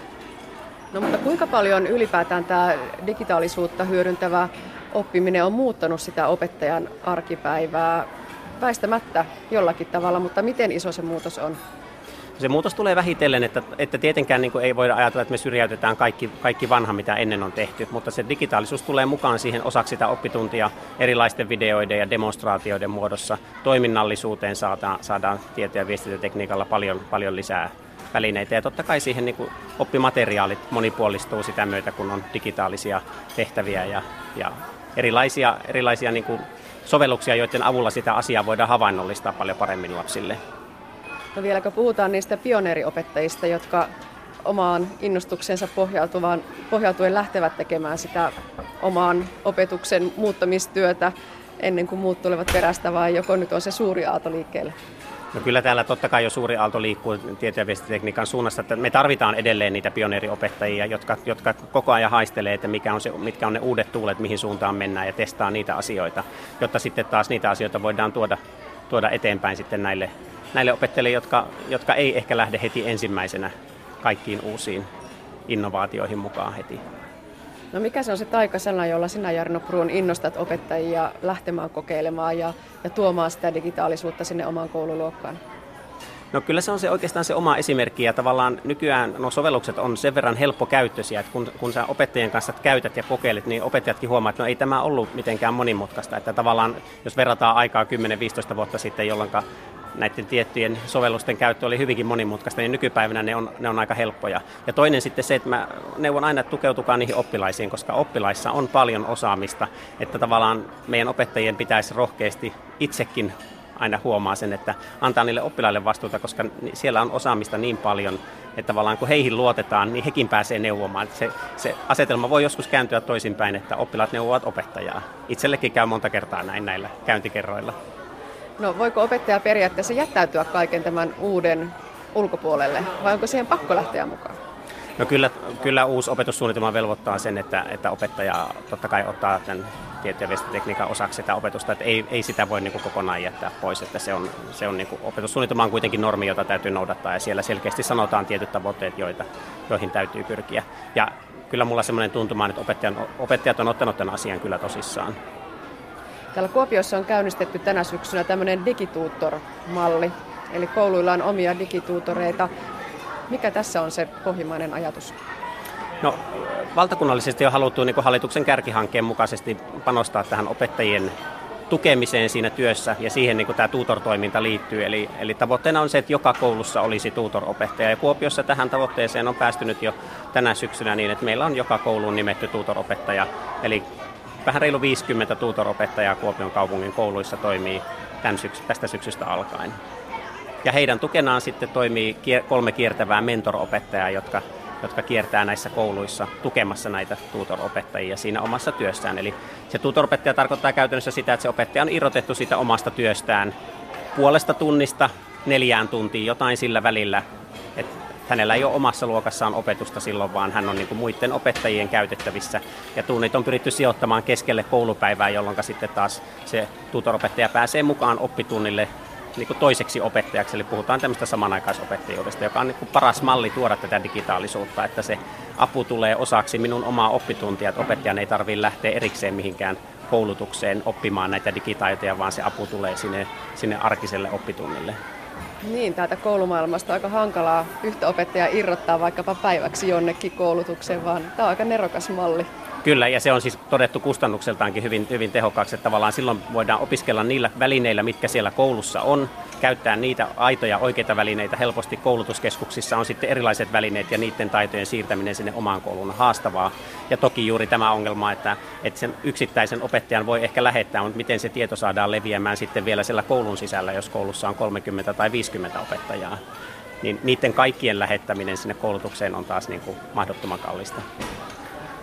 No mutta kuinka paljon ylipäätään tämä digitaalisuutta hyödyntävä oppiminen on muuttanut sitä opettajan arkipäivää? Väistämättä jollakin tavalla, mutta miten iso se muutos on? Se muutos tulee vähitellen, että, että tietenkään niin kuin ei voida ajatella, että me syrjäytetään kaikki, kaikki vanha, mitä ennen on tehty, mutta se digitaalisuus tulee mukaan siihen osaksi sitä oppituntia erilaisten videoiden ja demonstraatioiden muodossa. Toiminnallisuuteen saadaan, saadaan tieto- ja viestintätekniikalla paljon, paljon lisää välineitä, ja totta kai siihen niin kuin oppimateriaalit monipuolistuu sitä myötä, kun on digitaalisia tehtäviä ja, ja erilaisia, erilaisia niin kuin sovelluksia, joiden avulla sitä asiaa voidaan havainnollistaa paljon paremmin lapsille. No vieläkö puhutaan niistä pioneeriopettajista, jotka omaan innostuksensa pohjautuvaan, pohjautuen lähtevät tekemään sitä omaan opetuksen muuttamistyötä ennen kuin muut tulevat perästä, vai joko nyt on se suuri aalto liikkeelle? No kyllä täällä totta kai jo suuri aalto liikkuu tieto- ja viestintätekniikan suunnassa, että me tarvitaan edelleen niitä pioneeriopettajia, jotka, jotka koko ajan haistelee, että mikä on se, mitkä on ne uudet tuulet, mihin suuntaan mennään, ja testaa niitä asioita, jotta sitten taas niitä asioita voidaan tuoda, tuoda eteenpäin sitten näille, näille opettajille, jotka, jotka ei ehkä lähde heti ensimmäisenä kaikkiin uusiin innovaatioihin mukaan heti. No mikä se on se taikasana, jolla sinä, Jarno Bruun, innostat opettajia lähtemään kokeilemaan ja, ja tuomaan sitä digitaalisuutta sinne omaan koululuokkaan? No kyllä se on se oikeastaan se oma esimerkki, ja tavallaan nykyään no sovellukset on sen verran helppokäyttöisiä, että kun, kun sä opettajien kanssa käytät ja kokeilet, niin opettajatkin huomaa, että no ei tämä ollut mitenkään monimutkaista. Että tavallaan jos verrataan aikaa kymmenen viisitoista vuotta sitten, jolloin näiden tiettyjen sovellusten käyttö oli hyvinkin monimutkaista, niin nykypäivänä ne on, ne on aika helppoja. Ja toinen sitten se, että mä neuvon aina, että tukeutukaa niihin oppilaisiin, koska oppilaissa on paljon osaamista, että tavallaan meidän opettajien pitäisi rohkeasti itsekin aina huomaa sen, että antaa niille oppilaille vastuuta, koska siellä on osaamista niin paljon, että tavallaan kun heihin luotetaan, niin hekin pääsee neuvomaan. Se, se asetelma voi joskus kääntyä toisinpäin, että oppilaat neuvovat opettajaa. Itsellekin käy monta kertaa näin näillä käyntikerroilla. No voiko opettaja periaatteessa jättäytyä kaiken tämän uuden ulkopuolelle, vai onko siihen pakko lähteä mukaan? No kyllä, kyllä uusi opetussuunnitelma velvoittaa sen, että, että opettaja totta kai ottaa tämän tieto- ja viestintätekniikan osaksi sitä opetusta, että ei, ei sitä voi niin kuin kokonaan jättää pois, että se on, se on niin kuin, opetussuunnitelma on kuitenkin normi, jota täytyy noudattaa, ja siellä selkeästi sanotaan tietyt tavoitteet, joita, joihin täytyy pyrkiä. Ja kyllä mulla semmoinen tuntuma, että opettajan, opettajat on ottanut tämän asian kyllä tosissaan. Täällä Kuopiossa on käynnistetty tänä syksynä tämmöinen digituutor-malli, eli kouluilla on omia digituutoreita. Mikä tässä on se pohjimmainen ajatus? No, valtakunnallisesti on haluttu niin kuin hallituksen kärkihankkeen mukaisesti panostaa tähän opettajien tukemiseen siinä työssä, ja siihen niin kuin tämä tutor-toiminta liittyy. Eli, eli tavoitteena on se, että joka koulussa olisi tutor-opettaja, ja Kuopiossa tähän tavoitteeseen on päästynyt jo tänä syksynä niin, että meillä on joka kouluun nimetty tutor-opettaja, eli vähän reilu viisikymmentä tutor-opettajaa Kuopion kaupungin kouluissa toimii tämän syksy, tästä syksystä alkaen. Ja heidän tukenaan sitten toimii kolme kiertävää mentor-opettajaa, jotka, jotka kiertää näissä kouluissa tukemassa näitä tutor-opettajia siinä omassa työssään. Eli se tutor-opettaja tarkoittaa käytännössä sitä, että se opettaja on irrotettu siitä omasta työstään puolesta tunnista neljään tuntiin, jotain sillä välillä. Että hänellä ei ole omassa luokassaan opetusta silloin, vaan hän on niin kuin muiden opettajien käytettävissä. Ja tunnit on pyritty sijoittamaan keskelle koulupäivää, jolloin sitten taas se tutor-opettaja pääsee mukaan oppitunnille niin kuin toiseksi opettajaksi. Eli puhutaan tämmöistä samanaikaisopettajuudesta, joka on niin kuin paras malli tuoda tätä digitaalisuutta, että se apu tulee osaksi minun omaa oppituntia, että opettajan ei tarvitse lähteä erikseen mihinkään koulutukseen oppimaan näitä digitaitoja, vaan se apu tulee sinne, sinne arkiselle oppitunnille. Niin, täältä koulumaailmasta on aika hankalaa yhtä opettajaa irrottaa vaikkapa päiväksi jonnekin koulutukseen, vaan tämä on aika nerokas malli. Kyllä, ja se on siis todettu kustannukseltaankin hyvin, hyvin tehokkaaksi, että tavallaan silloin voidaan opiskella niillä välineillä, mitkä siellä koulussa on, käyttää niitä aitoja oikeita välineitä. Helposti koulutuskeskuksissa on sitten erilaiset välineet, ja niiden taitojen siirtäminen sinne omaan kouluun on haastavaa. Ja toki juuri tämä ongelma, että, että sen yksittäisen opettajan voi ehkä lähettää, mutta miten se tieto saadaan leviämään sitten vielä siellä koulun sisällä, jos koulussa on kolmekymmentä tai viisikymmentä opettajaa. Niin niiden kaikkien lähettäminen sinne koulutukseen on taas niin kuin mahdottoman kallista.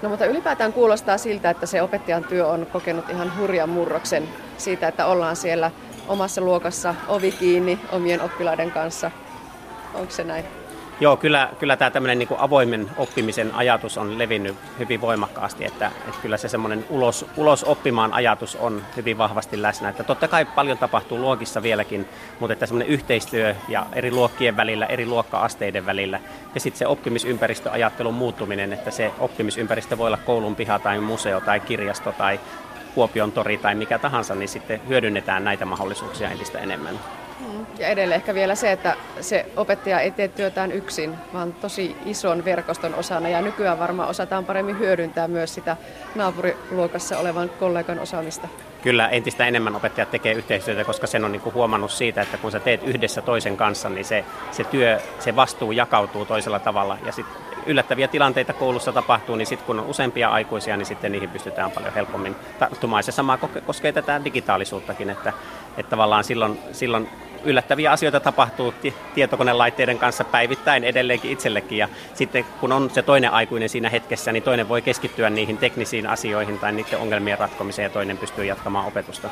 No mutta ylipäätään kuulostaa siltä, että se opettajan työ on kokenut ihan hurjan murroksen siitä, että ollaan siellä omassa luokassa ovi kiinni omien oppilaiden kanssa. Onko se näin? Joo, kyllä, kyllä tämä tämmöinen niin kuin avoimen oppimisen ajatus on levinnyt hyvin voimakkaasti, että, että kyllä se semmoinen ulos, ulos oppimaan ajatus on hyvin vahvasti läsnä. Että totta kai paljon tapahtuu luokissa vieläkin, mutta että semmoinen yhteistyö ja eri luokkien välillä, eri luokka-asteiden välillä ja sitten se oppimisympäristöajattelun muuttuminen, että se oppimisympäristö voi olla koulun piha tai museo tai kirjasto tai Kuopion tori tai mikä tahansa, niin sitten hyödynnetään näitä mahdollisuuksia entistä enemmän. Ja edelleen ehkä vielä se, että se opettaja ei tee työtään yksin, vaan tosi ison verkoston osana. Ja nykyään varmaan osataan paremmin hyödyntää myös sitä naapuriluokassa olevan kollegan osaamista. Kyllä entistä enemmän opettajat tekee yhteistyötä, koska sen on niin kuin huomannut siitä, että kun sä teet yhdessä toisen kanssa, niin se, se työ, se vastuu jakautuu toisella tavalla. Ja sitten yllättäviä tilanteita koulussa tapahtuu, niin sitten kun on useampia aikuisia, niin sitten niihin pystytään paljon helpommin tarttumaan. Se sama koskee tätä digitaalisuuttakin, että, että tavallaan silloin, silloin yllättäviä asioita tapahtuu tietokonelaitteiden kanssa päivittäin edelleenkin itsellekin. Ja sitten kun on se toinen aikuinen siinä hetkessä, niin toinen voi keskittyä niihin teknisiin asioihin tai niiden ongelmien ratkomiseen ja toinen pystyy jatkamaan opetusta.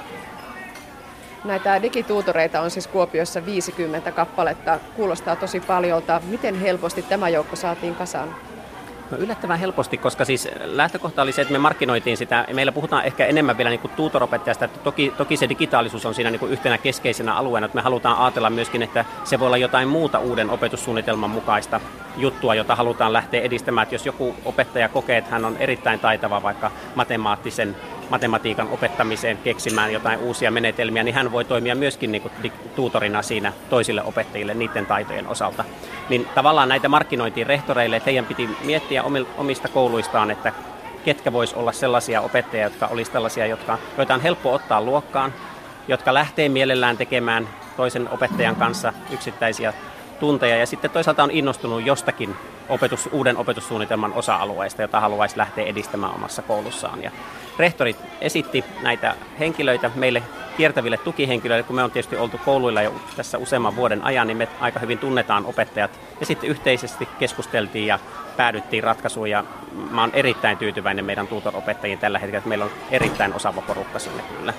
Näitä digituutoreita on siis Kuopiossa viisikymmentä kappaletta. Kuulostaa tosi paljolta. Miten helposti tämä joukko saatiin kasaan? No yllättävän helposti, koska siis lähtökohta oli se, että me markkinoitiin sitä, ja meillä puhutaan ehkä enemmän vielä niin kuin tutoropettajasta, että toki, toki se digitaalisuus on siinä niin kuin yhtenä keskeisenä alueena, että me halutaan ajatella myöskin, että se voi olla jotain muuta uuden opetussuunnitelman mukaista juttua, jota halutaan lähteä edistämään, että jos joku opettaja kokee, että hän on erittäin taitava vaikka matemaattisen matematiikan opettamiseen keksimään jotain uusia menetelmiä, niin hän voi toimia myöskin niin kuin tuutorina siinä toisille opettajille niiden taitojen osalta. Niin tavallaan näitä markkinoitiin rehtoreille, että heidän piti miettiä omista kouluistaan, että ketkä vois olla sellaisia opettajia, jotka olisi tällaisia, jotka, joita on helppo ottaa luokkaan, jotka lähtee mielellään tekemään toisen opettajan kanssa yksittäisiä tunteja ja sitten toisaalta on innostunut jostakin opetus, uuden opetussuunnitelman osa-alueesta, jota haluaisi lähteä edistämään omassa koulussaan. Ja rehtorit esitti näitä henkilöitä meille kiertäville tukihenkilöille, kun me on tietysti oltu kouluilla jo tässä useamman vuoden ajan, niin me aika hyvin tunnetaan opettajat. Ja sitten yhteisesti keskusteltiin ja päädyttiin ratkaisuun ja mä oon erittäin tyytyväinen meidän tutor-opettajiin tällä hetkellä, että meillä on erittäin osaava porukka sinne kyllä.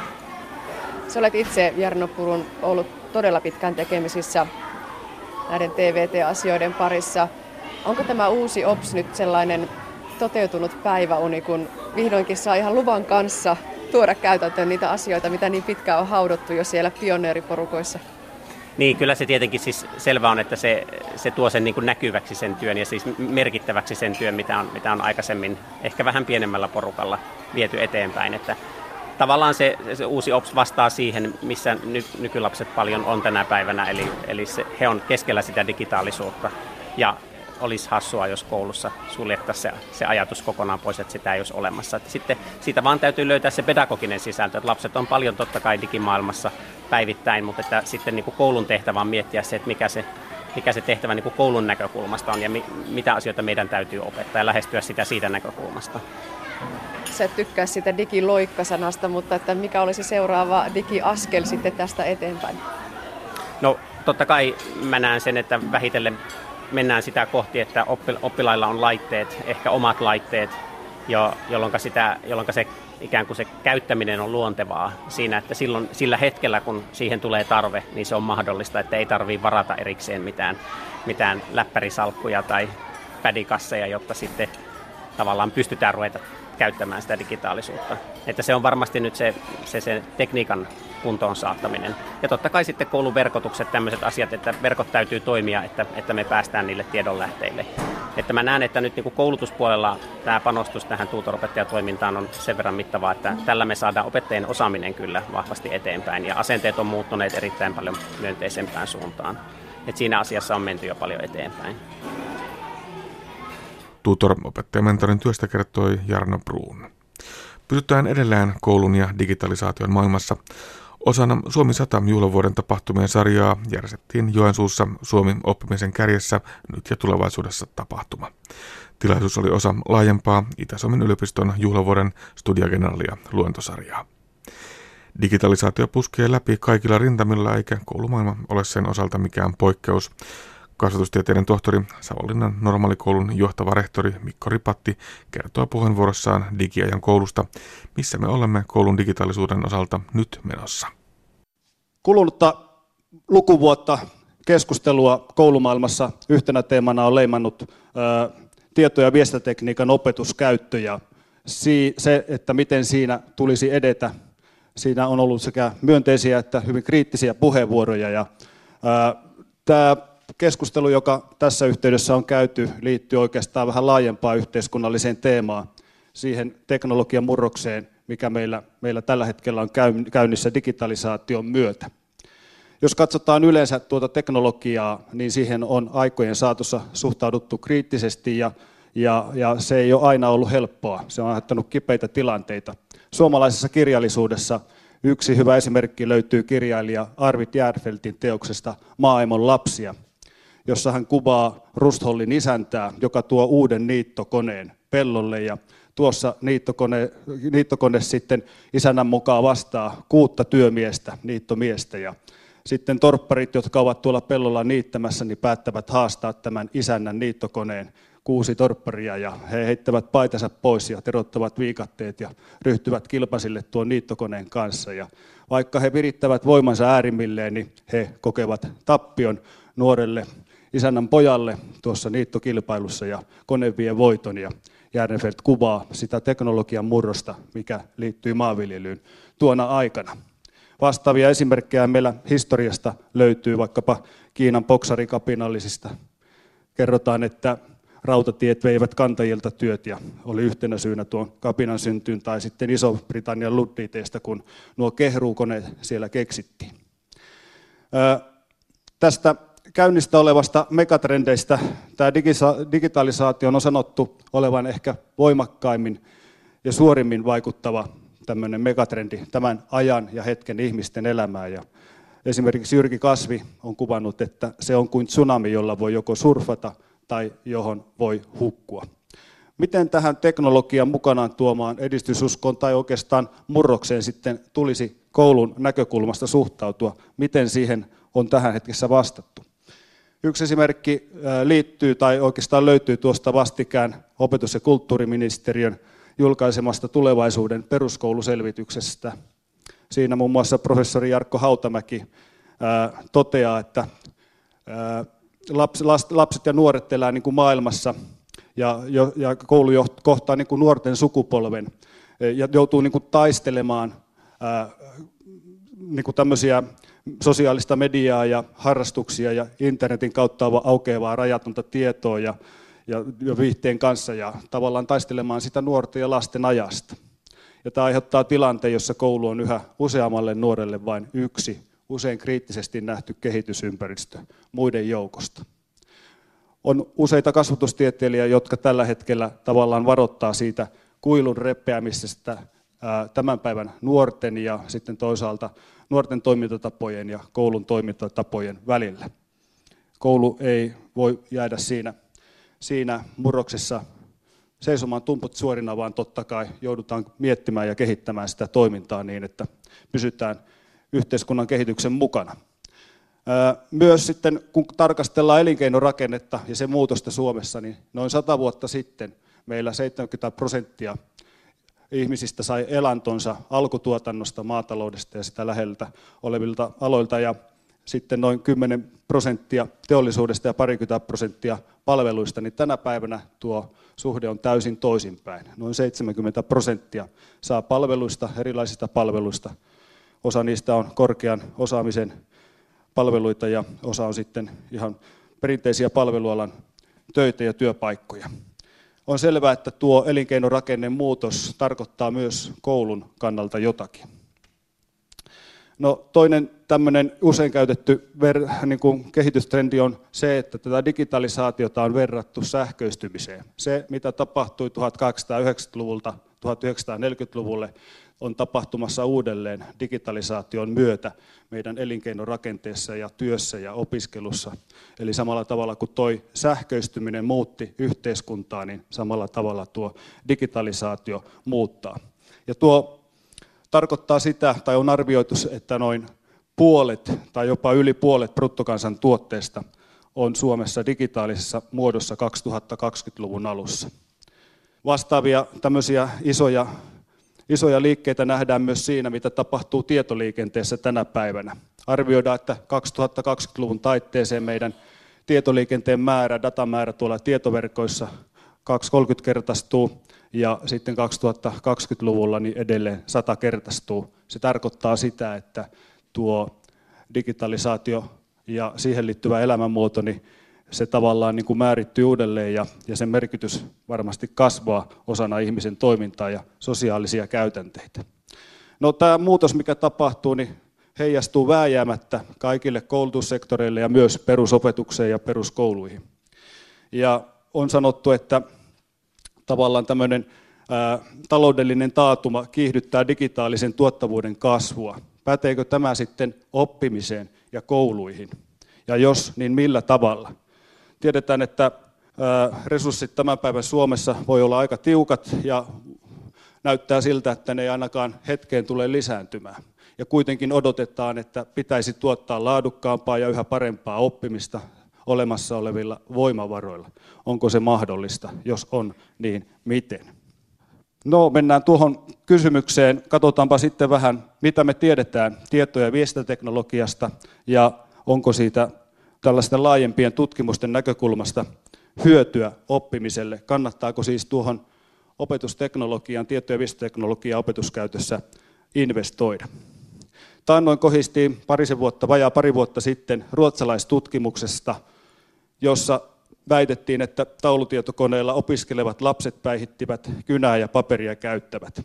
Sä olet itse, Jarno Purun, ollut todella pitkään tekemisissä näiden T V T-asioiden parissa. Onko tämä uusi O P S nyt sellainen toteutunut päiväuni, kun vihdoinkin saa ihan luvan kanssa tuoda käytäntöön niitä asioita, mitä niin pitkään on haudottu jo siellä pioneeriporukoissa? Niin, kyllä se tietenkin siis selvä on, että se, se tuo sen niin kuin näkyväksi sen työn ja siis merkittäväksi sen työn, mitä on, mitä on aikaisemmin ehkä vähän pienemmällä porukalla viety eteenpäin. Että tavallaan se, se uusi O P S vastaa siihen, missä ny, nykylapset paljon on tänä päivänä, eli, eli se, he on keskellä sitä digitaalisuutta ja olisi hassua, jos koulussa suljettaisiin se, se ajatus kokonaan pois, että sitä ei olisi olemassa. Että sitten siitä vaan täytyy löytää se pedagoginen sisältö, että lapset on paljon totta kai digimaailmassa päivittäin, mutta että sitten niin kuin koulun tehtävä on miettiä se, että mikä se, mikä se tehtävä niin kuin koulun näkökulmasta on ja mi, mitä asioita meidän täytyy opettaa ja lähestyä sitä siitä näkökulmasta. Sä et tykkää sitä digiloikkasanasta, mutta että mikä olisi seuraava digiaskel sitten tästä eteenpäin? No totta kai mä näen sen, että vähitellen mennään sitä kohti, että oppilailla on laitteet, ehkä omat laitteet, jo, jolloin, sitä, jolloin se ikään kuin se käyttäminen on luontevaa siinä, että silloin, sillä hetkellä, kun siihen tulee tarve, niin se on mahdollista, että ei tarvitse varata erikseen mitään, mitään läppärisalkkuja tai pädikasseja, jotta sitten tavallaan pystytään ruveta käyttämään sitä digitaalisuutta. Että se on varmasti nyt se, se, se tekniikan kuntoon saattaminen. Ja totta kai sitten koulun verkotukset, tämmöiset asiat, että verkot täytyy toimia, että, että me päästään niille tiedonlähteille. Että mä näen, että nyt niin kuin koulutuspuolella tämä panostus tähän tutoropettajatoimintaan on sen verran mittavaa, että tällä me saadaan opettajien osaaminen kyllä vahvasti eteenpäin ja asenteet on muuttuneet erittäin paljon myönteisempään suuntaan. Että siinä asiassa on menty jo paljon eteenpäin. Tutor-opettajamentorin työstä kertoi Jarno Bruun. Pysytään edelleen koulun ja digitalisaation maailmassa. Osana Suomi sata juhlavuoden tapahtumien sarjaa järjestettiin Joensuussa Suomi oppimisen kärjessä nyt ja tulevaisuudessa tapahtuma. Tilaisuus oli osa laajempaa Itä-Suomen yliopiston juhlavuoden Studia Generalia luentosarjaa. Digitalisaatio puskee läpi kaikilla rintamilla eikä koulumaailma ole sen osalta mikään poikkeus. Kasvatustieteiden tohtori, Savonlinnan normaalikoulun johtava rehtori Mikko Ripatti kertoo puheenvuorossaan digiajan koulusta, missä me olemme koulun digitaalisuuden osalta nyt menossa. Kulunutta lukuvuotta keskustelua koulumaailmassa yhtenä teemana on leimannut ää, tieto- ja viestintätekniikan opetuskäyttö ja si- se, että miten siinä tulisi edetä. Siinä on ollut sekä myönteisiä että hyvin kriittisiä puheenvuoroja. Ja, ää, tämä keskustelu, joka tässä yhteydessä on käyty, liittyy oikeastaan vähän laajempaan yhteiskunnalliseen teemaan, siihen teknologian murrokseen, mikä meillä, meillä tällä hetkellä on käynnissä digitalisaation myötä. Jos katsotaan yleensä tuota teknologiaa, niin siihen on aikojen saatossa suhtauduttu kriittisesti ja, ja, ja se ei ole aina ollut helppoa. Se on aiheuttanut kipeitä tilanteita. Suomalaisessa kirjallisuudessa yksi hyvä esimerkki löytyy kirjailija Arvid Järfeltin teoksesta Maailman lapsia, jossa hän kuvaa Rusthollin isäntää, joka tuo uuden niittokoneen pellolle ja tuossa niittokone, niittokone sitten isännän mukaan vastaa kuutta työmiestä, niittomiestä ja sitten torpparit, jotka ovat tuolla pellolla niittämässä, niin päättävät haastaa tämän isännän niittokoneen kuusi torpparia ja he heittävät paitansa pois ja terottavat viikatteet ja ryhtyvät kilpasille tuon niittokoneen kanssa. Ja vaikka he virittävät voimansa äärimmilleen, niin he kokevat tappion nuorelle isännän pojalle tuossa niittokilpailussa ja kone vie voiton. Ja Järnefelt kuvaa sitä teknologian murrosta, mikä liittyy maanviljelyyn tuona aikana. Vastaavia esimerkkejä meillä historiasta löytyy vaikkapa Kiinan boksarikapinallisista. Kerrotaan, että rautatiet veivät kantajilta työt ja oli yhtenä syynä tuon kapinan syntyyn tai sitten Iso-Britannian ludditeista, kun nuo kehruukoneet siellä keksittiin. Ää, tästä käynnistä olevasta megatrendeistä tämä digitalisaatio on sanottu olevan ehkä voimakkaimmin ja suorimmin vaikuttava tämmöinen megatrendi tämän ajan ja hetken ihmisten elämään. Ja esimerkiksi Jyrki Kasvi on kuvannut, että se on kuin tsunami, jolla voi joko surfata tai johon voi hukkua. Miten tähän teknologian mukanaan tuomaan edistysuskoon tai oikeastaan murrokseen sitten tulisi koulun näkökulmasta suhtautua? Miten siihen on tähän hetkessä vastattu? Yksi esimerkki liittyy tai oikeastaan löytyy tuosta vastikään opetus- ja kulttuuriministeriön julkaisemasta tulevaisuuden peruskouluselvityksestä. Siinä muun muassa professori Jarkko Hautamäki ää, toteaa, että ää, laps, lapset ja nuoret elää niin kuin maailmassa ja, ja koulu kohtaa niin kuin nuorten sukupolven ja joutuu niin kuin taistelemaan ää, niin kuin tämmöisiä sosiaalista mediaa ja harrastuksia ja internetin kautta aukeavaa rajatonta tietoa ja ja viihteen kanssa ja tavallaan taistelemaan sitä nuorten ja lasten ajasta. Ja tämä aiheuttaa tilanteen, jossa koulu on yhä useammalle nuorelle vain yksi, usein kriittisesti nähty kehitysympäristö muiden joukosta. On useita kasvatustieteilijöitä, jotka tällä hetkellä tavallaan varoittaa siitä kuilun repeämisestä tämän päivän nuorten ja sitten toisaalta nuorten toimintatapojen ja koulun toimintatapojen välillä. Koulu ei voi jäädä siinä Siinä murroksessa seisomaan tumput suorina, vaan totta kai joudutaan miettimään ja kehittämään sitä toimintaa niin, että pysytään yhteiskunnan kehityksen mukana. Myös sitten, kun tarkastellaan elinkeinorakennetta ja sen muutosta Suomessa, niin noin sata vuotta sitten meillä seitsemänkymmentä prosenttia ihmisistä sai elantonsa alkutuotannosta, maataloudesta ja sitä läheltä olevilta aloilta, ja sitten noin kymmenen prosenttia teollisuudesta ja parikymmentä prosenttia palveluista, niin tänä päivänä tuo suhde on täysin toisinpäin. Noin seitsemänkymmentä prosenttia saa palveluista, erilaisista palveluista. Osa niistä on korkean osaamisen palveluita ja osa on sitten ihan perinteisiä palvelualan töitä ja työpaikkoja. On selvää, että tuo elinkeinorakenne muutos tarkoittaa myös koulun kannalta jotakin. No, toinen tämmöinen usein käytetty ver- niin kuin kehitystrendi on se, että tätä digitalisaatiota on verrattu sähköistymiseen. Se, mitä tapahtui tuhatkahdeksansataayhdeksänkymmentäluvulta tuhatyhdeksänsataaneljäkymmentäluvulle, on tapahtumassa uudelleen digitalisaation myötä meidän elinkeinorakenteessa ja työssä ja opiskelussa. Eli samalla tavalla kuin toi sähköistyminen muutti yhteiskuntaa, niin samalla tavalla tuo digitalisaatio muuttaa. Ja tuo tarkoittaa sitä, tai on arvioitu, että noin puolet tai jopa yli puolet bruttokansantuotteesta on Suomessa digitaalisessa muodossa kaksituhattakaksikymmentäluvun alussa. Vastaavia tämmöisiä isoja, isoja liikkeitä nähdään myös siinä, mitä tapahtuu tietoliikenteessä tänä päivänä. Arvioidaan, että kaksituhattakaksikymmentäluvun taitteeseen meidän tietoliikenteen määrä, datamäärä tuolla tietoverkoissa kaksikymmentä-kolmekymmentä-kertaistuu ja sitten kaksituhattakaksikymmentäluvulla niin edelleen sata-kertaistuu. Se tarkoittaa sitä, että tuo digitalisaatio ja siihen liittyvä elämänmuoto, niin se tavallaan niin kuin määrittyy uudelleen ja, ja sen merkitys varmasti kasvaa osana ihmisen toimintaa ja sosiaalisia käytänteitä. No, tämä muutos, mikä tapahtuu, niin heijastuu vääjäämättä kaikille koulutussektoreille ja myös perusopetukseen ja peruskouluihin. Ja on sanottu, että tavallaan tämmöinen ää, taloudellinen taantuma kiihdyttää digitaalisen tuottavuuden kasvua. Päteekö tämä sitten oppimiseen ja kouluihin? Ja jos, niin millä tavalla? Tiedetään, että ää, resurssit tämän päivän Suomessa voi olla aika tiukat ja näyttää siltä, että ne ei ainakaan hetkeen tule lisääntymään. Ja kuitenkin odotetaan, että pitäisi tuottaa laadukkaampaa ja yhä parempaa oppimista olemassa olevilla voimavaroilla. Onko se mahdollista? Jos on, niin miten? No, mennään tuohon kysymykseen. Katsotaanpa sitten vähän, mitä me tiedetään tieto- ja viestintäteknologiasta ja onko siitä tällaisten laajempien tutkimusten näkökulmasta hyötyä oppimiselle. Kannattaako siis tuohon opetusteknologiaan, tieto- ja viestintäteknologiaan opetuskäytössä investoida? Taannoin kohistiin parisen vuotta, vajaa pari vuotta sitten ruotsalaistutkimuksesta, jossa väitettiin, että taulutietokoneella opiskelevat lapset päihittivät kynää ja paperia käyttävät.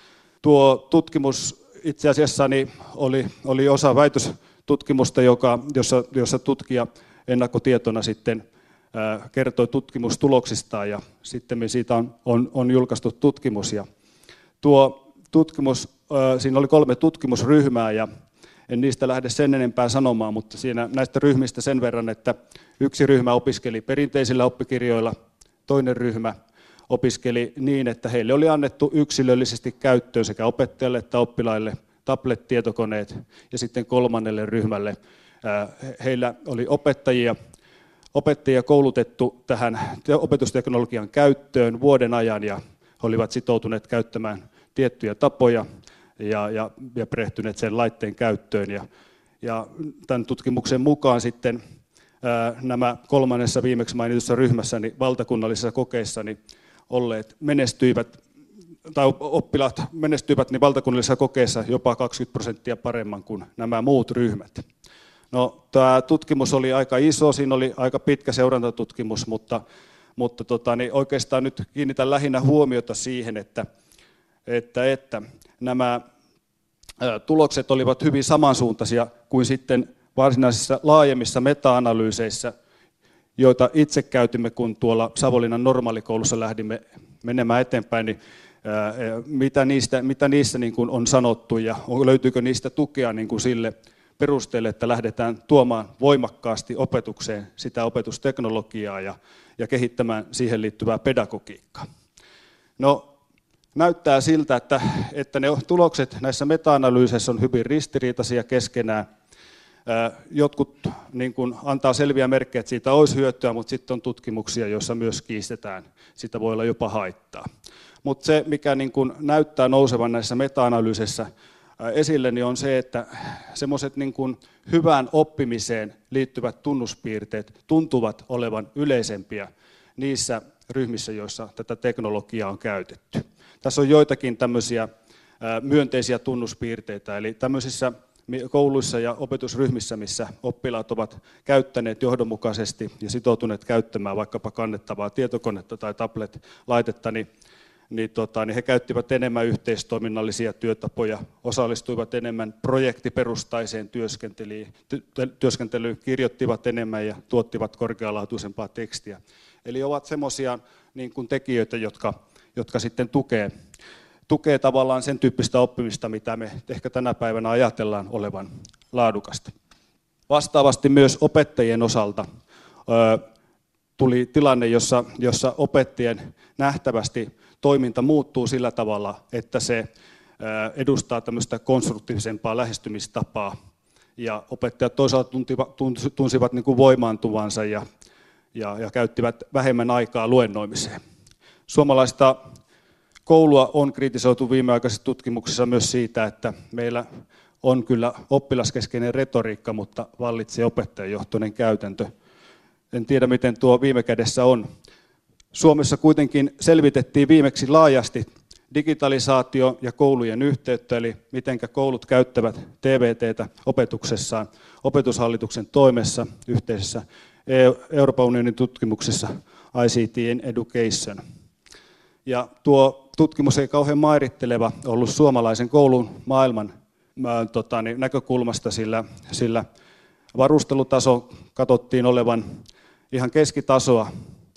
Tuo tutkimus itse asiassa oli, oli osa väitöstutkimusta, joka, jossa, jossa tutkija ennakkotietona sitten ää, kertoi tutkimustuloksistaan ja sitten siitä on, on, on julkaistu tutkimus. Ja tuo tutkimus, ää, siinä oli kolme tutkimusryhmää ja en niistä lähde sen enempää sanomaan, mutta siinä näistä ryhmistä sen verran, että yksi ryhmä opiskeli perinteisillä oppikirjoilla, toinen ryhmä opiskeli niin, että heille oli annettu yksilöllisesti käyttöön sekä opettajalle että oppilaille tablet-tietokoneet, ja sitten kolmannelle ryhmälle heillä oli opettajia, opettajia koulutettu tähän opetusteknologian käyttöön vuoden ajan, ja he olivat sitoutuneet käyttämään tiettyjä tapoja, Ja, ja, ja perehtyneet sen laitteen käyttöön. Ja, ja tämän tutkimuksen mukaan sitten ää, nämä kolmannessa viimeksi mainitussa ryhmässä niin valtakunnallisissa kokeissa niin olleet menestyivät, tai oppilaat menestyivät niin valtakunnallisissa kokeissa jopa kaksikymmentä prosenttia paremmin kuin nämä muut ryhmät. No, tämä tutkimus oli aika iso, siinä oli aika pitkä seurantatutkimus, mutta, mutta tota, niin oikeastaan nyt kiinnitän lähinnä huomiota siihen, että että, että nämä tulokset olivat hyvin samansuuntaisia kuin sitten varsinaisissa laajemmissa meta-analyyseissä, joita itse käytimme, kun tuolla Savonlinnan normaalikoulussa lähdimme menemään eteenpäin, niin mitä, niistä, mitä niissä niin kuin on sanottu ja löytyykö niistä tukea niin kuin sille perusteelle, että lähdetään tuomaan voimakkaasti opetukseen sitä opetusteknologiaa ja, ja kehittämään siihen liittyvää pedagogiikkaa. No, näyttää siltä, että, että ne tulokset näissä meta-analyyseissä on hyvin ristiriitaisia keskenään. Jotkut niin kuin antaa selviä merkkejä, että siitä olisi hyötyä, mutta sitten on tutkimuksia, joissa myös kiistetään. Sitä voi olla jopa haittaa. Mutta se, mikä niin kuin näyttää nousevan näissä meta-analyyseissä esille, niin on se, että semmoiset niin kuin hyvään oppimiseen liittyvät tunnuspiirteet tuntuvat olevan yleisempiä niissä ryhmissä, joissa tätä teknologiaa on käytetty. Tässä on joitakin tämmöisiä myönteisiä tunnuspiirteitä, eli tämmöisissä kouluissa ja opetusryhmissä, missä oppilaat ovat käyttäneet johdonmukaisesti ja sitoutuneet käyttämään vaikkapa kannettavaa tietokonetta tai tablet-laitetta, niin, niin, tota, niin he käyttivät enemmän yhteistoiminnallisia työtapoja, osallistuivat enemmän projektiperustaiseen työskentelyyn, työskentelyyn, kirjoittivat enemmän ja tuottivat korkealaatuisempaa tekstiä. Eli ovat semmoisia niin kuin tekijöitä, jotka, jotka sitten tukee, tukee tavallaan sen tyyppistä oppimista, mitä me ehkä tänä päivänä ajatellaan olevan laadukasta. Vastaavasti myös opettajien osalta ö, tuli tilanne, jossa, jossa opettajien nähtävästi toiminta muuttuu sillä tavalla, että se ö, edustaa tämmöistä konstruktiivisempaa lähestymistapaa ja opettajat toisaalta tuntivat, tunsivat niin kuin voimaantuvansa ja, ja, ja käyttivät vähemmän aikaa luennoimiseen. Suomalaista koulua on kritisoitu viimeaikaisissa tutkimuksissa myös siitä, että meillä on kyllä oppilaskeskeinen retoriikka, mutta vallitsee opettajajohtoinen käytäntö. En tiedä, miten tuo viime kädessä on. Suomessa kuitenkin selvitettiin viimeksi laajasti digitalisaatio ja koulujen yhteyttä, eli miten koulut käyttävät T V T:tä opetuksessaan opetushallituksen toimessa yhteisessä Euroopan unionin tutkimuksessa I C T in Education. Ja tuo tutkimus ei kauhean mairitteleva ollut suomalaisen koulun maailman tota, niin, näkökulmasta, sillä, sillä varustelutaso katsottiin olevan ihan keskitasoa,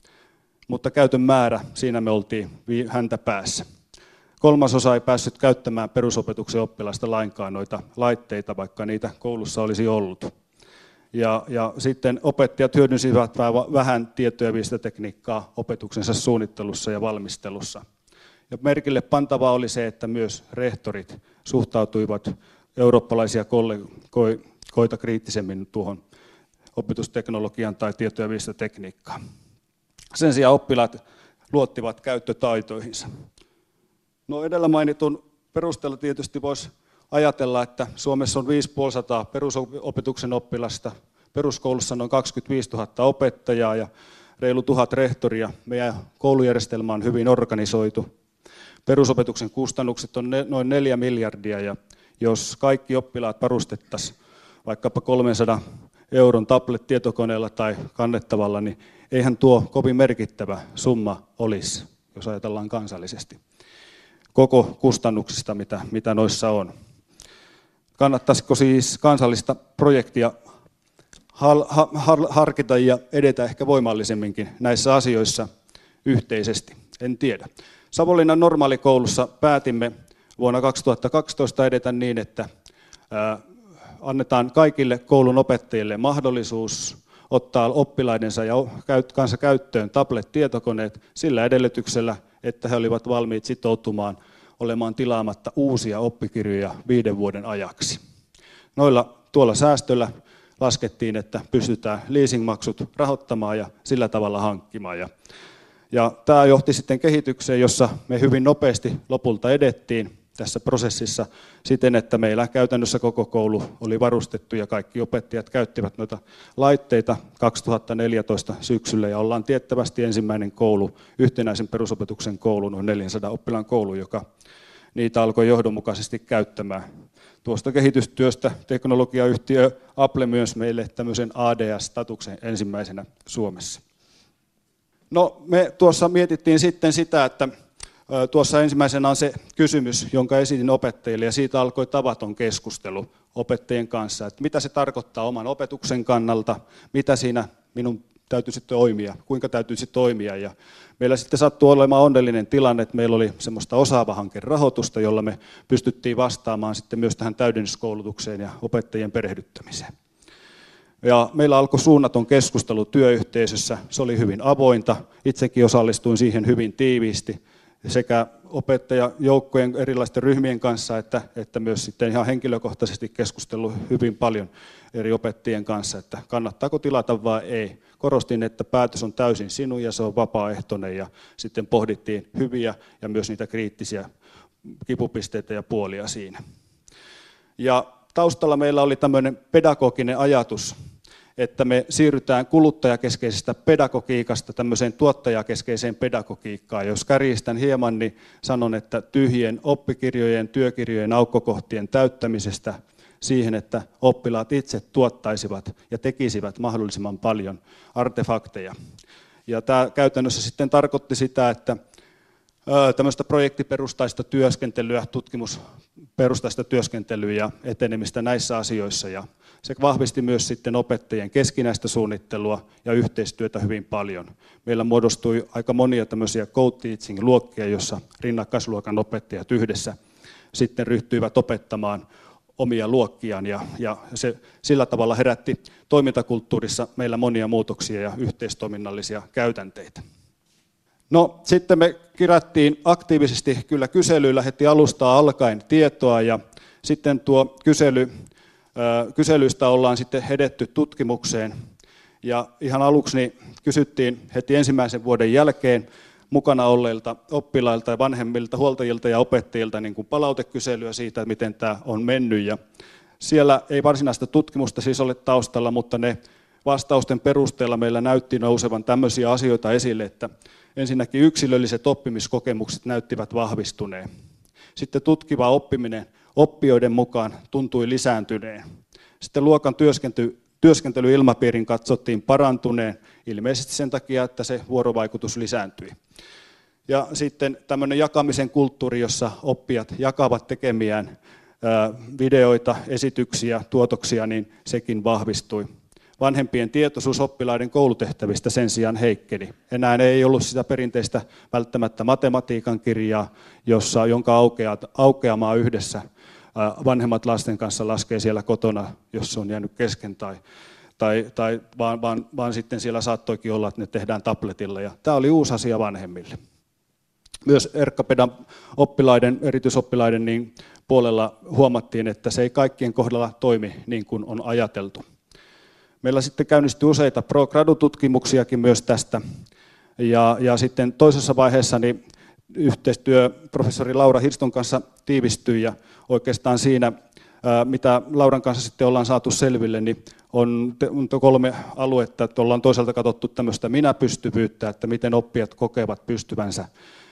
mutta käytön määrä, siinä me oltiin häntä päässä. Kolmasosa ei päässyt käyttämään perusopetuksen oppilaista lainkaan noita laitteita, vaikka niitä koulussa olisi ollut. Ja, ja sitten opettajat hyödynsivät vähän tieto- ja viestintätekniikkaa opetuksensa suunnittelussa ja valmistelussa. Ja merkille pantavaa oli se, että myös rehtorit suhtautuivat eurooppalaisia kollegoita kriittisemmin tuohon opetusteknologian tai tieto- ja viestintätekniikkaan. Sen sijaan oppilaat luottivat käyttötaitoihinsa. No edellä mainitun perusteella tietysti voisi ajatella, että Suomessa on viisisataaviisikymmentä perusopetuksen oppilasta, peruskoulussa noin kaksikymmentäviisituhatta opettajaa ja reilu tuhat rehtoria. Meidän koulujärjestelmä on hyvin organisoitu. Perusopetuksen kustannukset on noin neljä miljardia ja jos kaikki oppilaat varustettaisiin vaikkapa kolmensadan euron tablet-tietokoneella tai kannettavalla, niin eihän tuo kovin merkittävä summa olisi, jos ajatellaan kansallisesti, koko kustannuksista, mitä, mitä noissa on. Kannattaisiko siis kansallista projektia harkita ja edetä ehkä voimallisemminkin näissä asioissa yhteisesti? En tiedä. Savonlinnan normaalikoulussa päätimme vuonna kaksituhattakaksitoista edetä niin, että annetaan kaikille koulun opettajille mahdollisuus ottaa oppilaidensa ja kanssa käyttöön tablet-tietokoneet sillä edellytyksellä, että he olivat valmiit sitoutumaan olemaan tilaamatta uusia oppikirjoja viiden vuoden ajaksi. Noilla tuolla säästöllä laskettiin, että pystytään leasingmaksut rahoittamaan ja sillä tavalla hankkimaan. Ja, ja tämä johti sitten kehitykseen, jossa me hyvin nopeasti lopulta edettiin tässä prosessissa siten, että meillä käytännössä koko koulu oli varustettu ja kaikki opettajat käyttivät noita laitteita kaksituhattaneljätoista syksyllä ja ollaan tiettävästi ensimmäinen koulu, yhtenäisen perusopetuksen koulu, noin neljänsadan oppilaan koulu, joka niitä alkoi johdonmukaisesti käyttämään. Tuosta kehitystyöstä teknologiayhtiö Apple myös meille tämmöisen A D S-statuksen ensimmäisenä Suomessa. No, me tuossa mietittiin sitten sitä, että tuossa ensimmäisenä on se kysymys, jonka esitin opettajille, ja siitä alkoi tavaton keskustelu opettajien kanssa, että mitä se tarkoittaa oman opetuksen kannalta, mitä siinä minun täytyisi toimia, kuinka täytyisi toimia. Ja meillä sitten sattui olemaan onnellinen tilanne, että meillä oli semmoista osaava-hankerahoitusta, jolla me pystyttiin vastaamaan sitten myös tähän täydennyskoulutukseen ja opettajien perehdyttämiseen. Ja meillä alkoi suunnaton keskustelu työyhteisössä, se oli hyvin avointa, itsekin osallistuin siihen hyvin tiiviisti, sekä opettajajoukkojen erilaisten ryhmien kanssa, että, että myös sitten ihan henkilökohtaisesti keskustellut hyvin paljon eri opettajien kanssa, että kannattaako tilata vai ei. Korostin, että päätös on täysin sinun ja se on vapaaehtoinen ja sitten pohdittiin hyviä ja myös niitä kriittisiä kipupisteitä ja puolia siinä. Ja taustalla meillä oli tämmöinen pedagoginen ajatus, että me siirrytään kuluttajakeskeisestä pedagogiikasta tämmöiseen tuottajakeskeiseen pedagogiikkaan. Jos kärjistän hieman, niin sanon, että tyhjien oppikirjojen, työkirjojen aukkokohtien täyttämisestä siihen, että oppilaat itse tuottaisivat ja tekisivät mahdollisimman paljon artefakteja. Ja tämä käytännössä sitten tarkoitti sitä, että tämmöistä projektiperustaista työskentelyä, tutkimusperustaista työskentelyä ja etenemistä näissä asioissa. Ja se vahvisti myös sitten opettajien keskinäistä suunnittelua ja yhteistyötä hyvin paljon. Meillä muodostui aika monia tämmöisiä co-teaching-luokkia, jossa rinnakkaisluokan opettajat yhdessä sitten ryhtyivät opettamaan omia luokkiaan ja, ja se sillä tavalla herätti toimintakulttuurissa meillä monia muutoksia ja yhteistoiminnallisia käytänteitä. No sitten me kerättiin aktiivisesti kyllä kyselyillä heti alusta alkaen tietoa ja sitten tuo kysely Kyselyistä ollaan sitten edetty tutkimukseen. Ja ihan aluksi niin kysyttiin heti ensimmäisen vuoden jälkeen mukana olleilta oppilailta ja vanhemmilta, huoltajilta ja opettajilta niin kuin palautekyselyä siitä, miten tämä on mennyt. Ja siellä ei varsinaista tutkimusta siis ole taustalla, mutta ne vastausten perusteella meillä näytti nousevan tämmöisiä asioita esille, että ensinnäkin yksilölliset oppimiskokemukset näyttivät vahvistuneen. Sitten tutkiva oppiminen oppijoiden mukaan tuntui lisääntyneen. Sitten luokan työskentely, työskentelyilmapiirin katsottiin parantuneen, ilmeisesti sen takia, että se vuorovaikutus lisääntyi. Ja sitten tämmöinen jakamisen kulttuuri, jossa oppijat jakavat tekemiään videoita, esityksiä, tuotoksia, niin sekin vahvistui. Vanhempien tietoisuus oppilaiden koulutehtävistä sen sijaan heikkeni. Enää ei ollut sitä perinteistä välttämättä matematiikan kirjaa, jossa, jonka aukeamaa yhdessä vanhemmat lasten kanssa laskee siellä kotona, jos se on jäänyt kesken, tai, tai, tai vaan, vaan, vaan sitten siellä saattoikin olla, että ne tehdään tabletilla. Ja tämä oli uusi asia vanhemmille. Myös Erkkapedan oppilaiden, erityisoppilaiden niin puolella huomattiin, että se ei kaikkien kohdalla toimi niin kuin on ajateltu. Meillä sitten käynnistyi useita pro-gradu-tutkimuksiakin myös tästä. Ja, ja sitten toisessa vaiheessa niin yhteistyö professori Laura Hirston kanssa tiivistyi, ja oikeastaan siinä, mitä Lauran kanssa sitten ollaan saatu selville, niin on kolme aluetta, että ollaan toisaalta katsottu tämmöistä minäpystyvyyttä, että miten oppijat kokevat pystyvänsä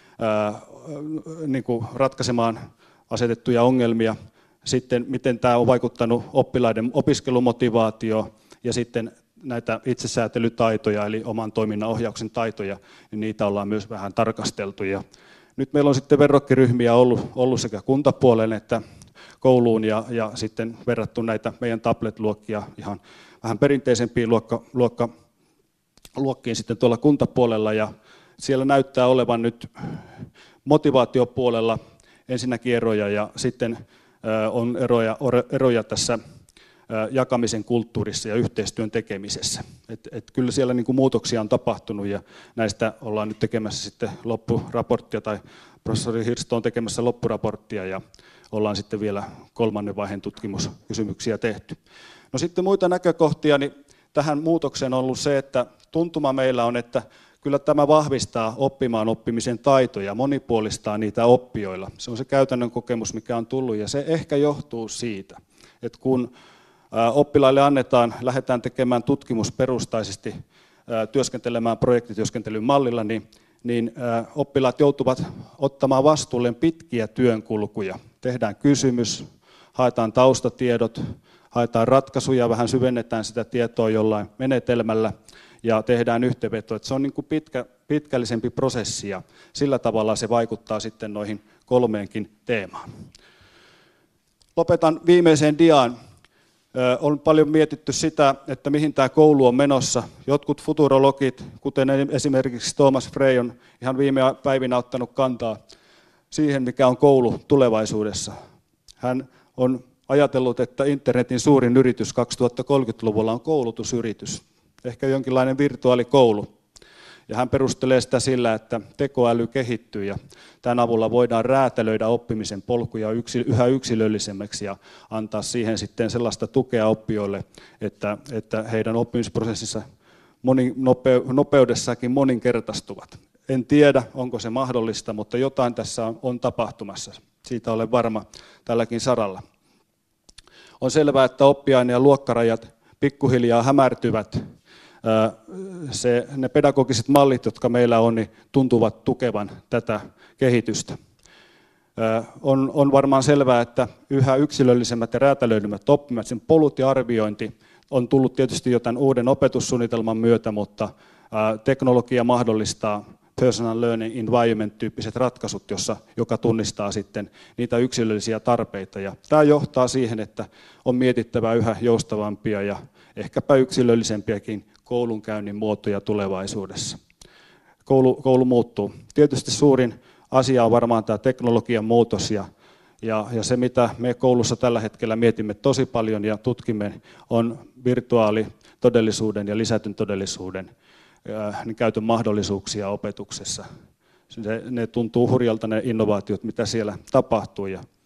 niin kuin ratkaisemaan asetettuja ongelmia, sitten miten tämä on vaikuttanut oppilaiden opiskelumotivaatioon, ja sitten näitä itsesäätelytaitoja, eli oman toiminnan ohjauksen taitoja, niin niitä ollaan myös vähän tarkasteltu. Ja nyt meillä on sitten verrokkiryhmiä ollut, ollut sekä kuntapuolen että kouluun, ja, ja sitten verrattu näitä meidän tablet-luokkia ihan vähän perinteisempiin luokka, luokka, luokkiin sitten tuolla kuntapuolella, ja siellä näyttää olevan nyt motivaatiopuolella ensinnäkin eroja, ja sitten on eroja, eroja tässä jakamisen kulttuurissa ja yhteistyön tekemisessä. Et, et kyllä siellä niin kuin muutoksia on tapahtunut, ja näistä ollaan nyt tekemässä sitten loppuraporttia, tai professori Hirsto on tekemässä loppuraporttia, ja ollaan sitten vielä kolmannen vaiheen tutkimuskysymyksiä tehty. No sitten muita näkökohtia, niin tähän muutokseen on ollut se, että tuntuma meillä on, että kyllä tämä vahvistaa oppimaan oppimisen taitoja, monipuolistaa niitä oppijoilla. Se on se käytännön kokemus, mikä on tullut, ja se ehkä johtuu siitä, että kun oppilaille annetaan, lähdetään tekemään tutkimusperustaisesti, työskentelemään projektityöskentelyn mallilla, niin, niin oppilaat joutuvat ottamaan vastuulleen pitkiä työnkulkuja. Tehdään kysymys, haetaan taustatiedot, haetaan ratkaisuja, vähän syvennetään sitä tietoa jollain menetelmällä ja tehdään yhteenveto. Että se on niin kuin pitkä, pitkällisempi prosessi, ja sillä tavalla se vaikuttaa sitten noihin kolmeenkin teemaan. Lopetan viimeiseen diaan. On paljon mietitty sitä, että mihin tämä koulu on menossa. Jotkut futurologit, kuten esimerkiksi Thomas Frey, on ihan viime päivinä ottanut kantaa siihen, mikä on koulu tulevaisuudessa. Hän on ajatellut, että internetin suurin yritys kaksituhattakolmekymmentäluvulla on koulutusyritys, ehkä jonkinlainen virtuaalikoulu. Ja hän perustelee sitä sillä, että tekoäly kehittyy, ja tämän avulla voidaan räätälöidä oppimisen polkuja yhä yksilöllisemmäksi ja antaa siihen sitten sellaista tukea oppijoille, että, että heidän oppimisprosessinsa moni, nope, nopeudessakin moninkertaistuvat. En tiedä, onko se mahdollista, mutta jotain tässä on, on tapahtumassa. Siitä olen varma tälläkin saralla. On selvää, että oppiaine- ja luokkarajat pikkuhiljaa hämärtyvät. Se, ne pedagogiset mallit, jotka meillä on, niin tuntuvat tukevan tätä kehitystä. On, on varmaan selvää, että yhä yksilöllisemmät ja räätälöidymät oppimat, sen polut ja arviointi on tullut tietysti jo tämän uuden opetussuunnitelman myötä, mutta teknologia mahdollistaa personal learning environment-tyyppiset ratkaisut, jossa, joka tunnistaa sitten niitä yksilöllisiä tarpeita. Ja tämä johtaa siihen, että on mietittävä yhä joustavampia ja ehkäpä yksilöllisempiäkin koulunkäynnin muotoja tulevaisuudessa. Koulu, koulu muuttuu. Tietysti suurin asia on varmaan tämä teknologian muutos, ja, ja, ja se mitä me koulussa tällä hetkellä mietimme tosi paljon ja tutkimme on virtuaalitodellisuuden ja lisätyn todellisuuden ää, niin käytön mahdollisuuksia opetuksessa. Se, ne tuntuu hurjalta ne innovaatiot, mitä siellä tapahtuu, ja,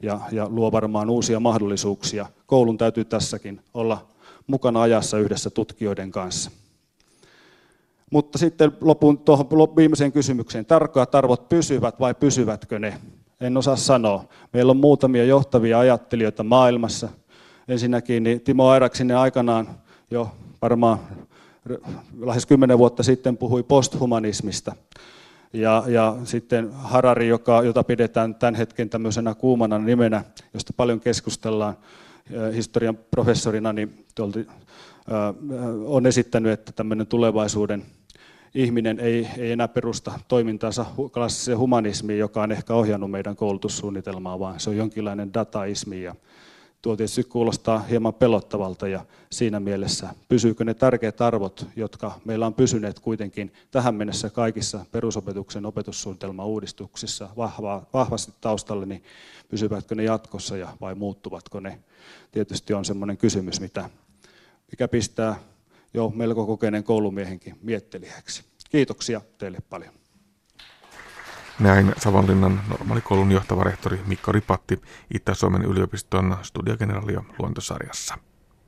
ja, ja luo varmaan uusia mahdollisuuksia. Koulun täytyy tässäkin olla mukana ajassa yhdessä tutkijoiden kanssa. Mutta sitten lopun tuohon viimeiseen kysymykseen. Tarkkaat arvot pysyvät vai pysyvätkö ne? En osaa sanoa. Meillä on muutamia johtavia ajattelijoita maailmassa. Ensinnäkin niin Timo Airaksinen aikanaan jo varmaan lähes kymmenen vuotta sitten puhui posthumanismista. Ja, ja sitten Harari, joka, jota pidetään tämän hetken tämmöisenä kuumana nimenä, josta paljon keskustellaan historian professorina, niin tuolti, ää, on esittänyt, että tämmöinen tulevaisuuden ihminen ei, ei enää perusta toimintaansa klassiseen humanismiin, joka on ehkä ohjannut meidän koulutussuunnitelmaa, vaan se on jonkinlainen dataismi. Ja tuo tietysti kuulostaa hieman pelottavalta ja siinä mielessä pysyykö ne tärkeät arvot, jotka meillä on pysyneet kuitenkin tähän mennessä kaikissa perusopetuksen opetussuunnitelma-uudistuksissa vahvaa, vahvasti taustalle, niin pysyvätkö ne jatkossa ja vai muuttuvatko ne? Tietysti on semmoinen kysymys, mitä, mikä pistää jo melko kokeneen koulumiehenkin miettelijäksi. Kiitoksia teille paljon. Näin Savonlinnan normaalikoulun johtava rehtori Mikko Ripatti Itä-Suomen yliopiston Studiogeneralio luontosarjassa.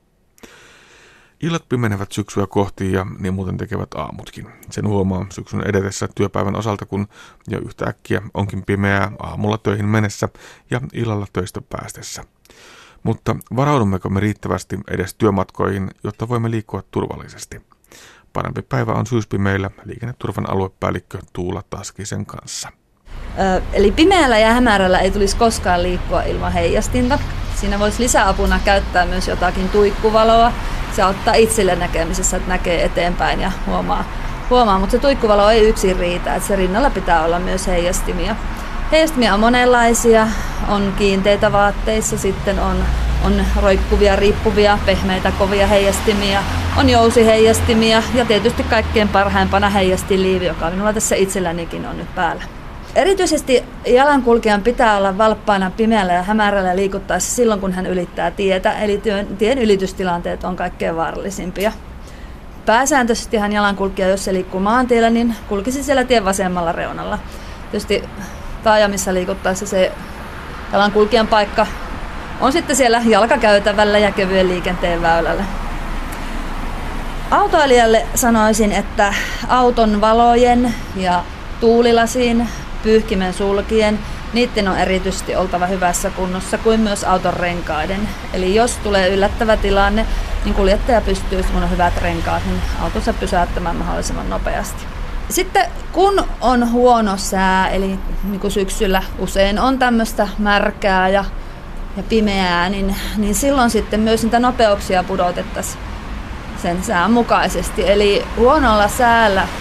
Illat pimenevät syksyä kohti ja niin muuten tekevät aamutkin. Sen huomaa syksyn edetessä työpäivän osalta, kun jo yhtäkkiä onkin pimeää aamulla töihin mennessä ja illalla töistä päästessä. Mutta varaudummeko me riittävästi edes työmatkoihin, jotta voimme liikkua turvallisesti? Parempi päivä on syyspimeillä liikenneturvan aluepäällikkö Tuula Taskisen kanssa. Ö, eli pimeällä ja hämärällä ei tulisi koskaan liikkua ilman heijastinta. Siinä voisi lisäapuna käyttää myös jotakin tuikkuvaloa. Se auttaa itselle näkemisessä, että näkee eteenpäin ja huomaa. huomaa. Mutta se tuikkuvalo ei yksin riitä, että se rinnalla pitää olla myös heijastimia. Heijastimia on monenlaisia, on kiinteitä vaatteissa, sitten on, on roikkuvia, riippuvia, pehmeitä, kovia heijastimia, on jousiheijastimia ja tietysti kaikkein parhaimpana heijastiliivi, joka minulla tässä itsellänikin on nyt päällä. Erityisesti jalankulkijan pitää olla valppaana pimeällä ja hämärällä liikuttaessa silloin, kun hän ylittää tietä, eli tien ylitystilanteet on kaikkein vaarallisimpia. Pääsääntöisesti hän jalankulkija, jos se liikkuu maantiellä, niin kulkisi siellä tien vasemmalla reunalla. Tietysti taajamissa liikuttaessa se jalankulkijan paikka on sitten siellä jalkakäytävällä ja kevyen liikenteen väylällä. Autoilijalle sanoisin, että auton valojen ja tuulilasin, pyyhkimen sulkien, niiden on erityisesti oltava hyvässä kunnossa kuin myös auton renkaiden. Eli jos tulee yllättävä tilanne, niin kuljettaja pystyy, kun on hyvät renkaat, niin autonsa pysäyttämään mahdollisimman nopeasti. Sitten kun on huono sää, eli niin kuin syksyllä usein on tämmöistä märkää ja, ja pimeää, niin, niin silloin sitten myös niitä nopeuksia pudotettaisiin sen sään mukaisesti. Eli huonolla säällä ä,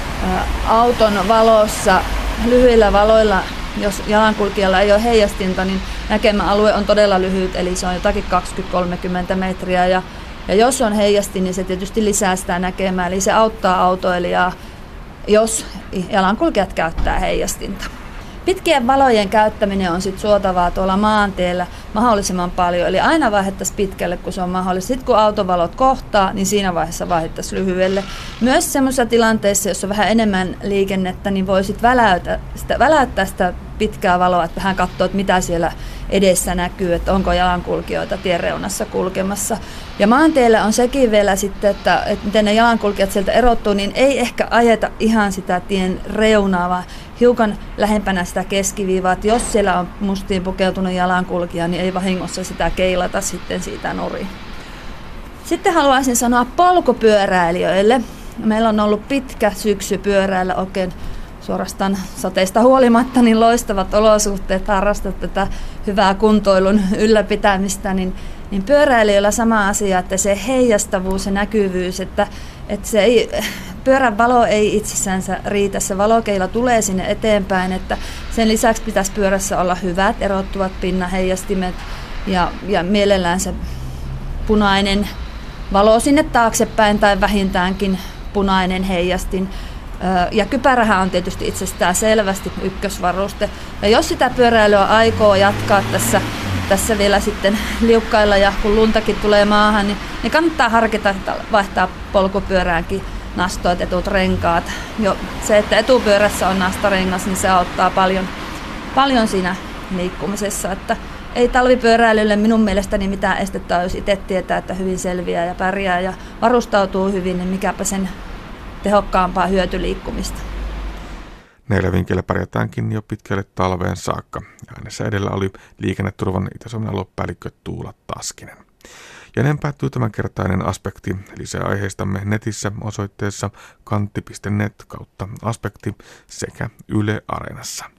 auton valossa, lyhyillä valoilla, jos jalankulkijalla ei ole heijastinta, niin näkemä alue on todella lyhyt, eli se on jotakin kaksikymmentä kolmekymmentä metriä. Ja, ja jos on heijastin, niin se tietysti lisää sitä näkemää, eli se auttaa autoilijaa, jos jalankulkijat käyttää heijastinta. Pitkien valojen käyttäminen on sitten suotavaa tuolla maantiellä mahdollisimman paljon, eli aina vaihdettaisiin pitkälle, kun se on mahdollista. Sitten kun autovalot kohtaa, niin siinä vaiheessa vaihdettaisiin lyhyelle. Myös semmoisessa tilanteessa, jossa on vähän enemmän liikennettä, niin voi sitten väläyttää sitä, väläyttää sitä pitkää valoa, että vähän katsoa, että mitä siellä edessä näkyy, että onko jalankulkijoita tien reunassa kulkemassa. Ja maanteillä on sekin vielä sitten, että, että miten ne jalankulkijat sieltä erottuu, niin ei ehkä ajeta ihan sitä tien reunaa, vaan hiukan lähempänä sitä keskiviivaa, että jos siellä on mustiin pukeutunut jalankulkija, niin ei vahingossa sitä keilata sitten siitä nurin. Sitten haluaisin sanoa polkupyöräilijöille. Meillä on ollut pitkä syksy pyöräillä oikein suorastaan sateista huolimatta, niin loistavat olosuhteet harrastaa tätä hyvää kuntoilun ylläpitämistä, niin, niin pyöräilijöillä sama asia, että se heijastavuus ja näkyvyys, että, että se ei, pyörän valo ei itsessänsä riitä, se valokeila tulee sinne eteenpäin, että sen lisäksi pitäisi pyörässä olla hyvät erottuvat pinnaheijastimet ja, ja mielellään se punainen valo sinne taaksepäin tai vähintäänkin punainen heijastin. Ja kypärähän on tietysti itsestään selvästi ykkösvaruste. Ja jos sitä pyöräilyä aikoo jatkaa tässä, tässä vielä sitten liukkailla ja kun luntakin tulee maahan, niin, niin kannattaa harkita vaihtaa polkupyöräänkin nastoitetut renkaat. Jo se, että etupyörässä on nastarengas, niin se auttaa paljon, paljon siinä liikkumisessa. Että ei talvipyöräilylle minun mielestäni mitään estettä ole, jos itse tietää, että hyvin selviää ja pärjää ja varustautuu hyvin, niin mikäpä sen tehokkaampaa hyötyliikkumista. Näillä vinkkeillä pärjätäänkin jo pitkälle talveen saakka. Äänessä edellä oli Liikenneturvan Itä-Suomen aluepäällikkö Tuula Taskinen. Ja näin päättyy tämänkertainen Aspekti. Lisää aiheistamme netissä osoitteessa kantti piste net kautta aspekti sekä Yle Areenassa.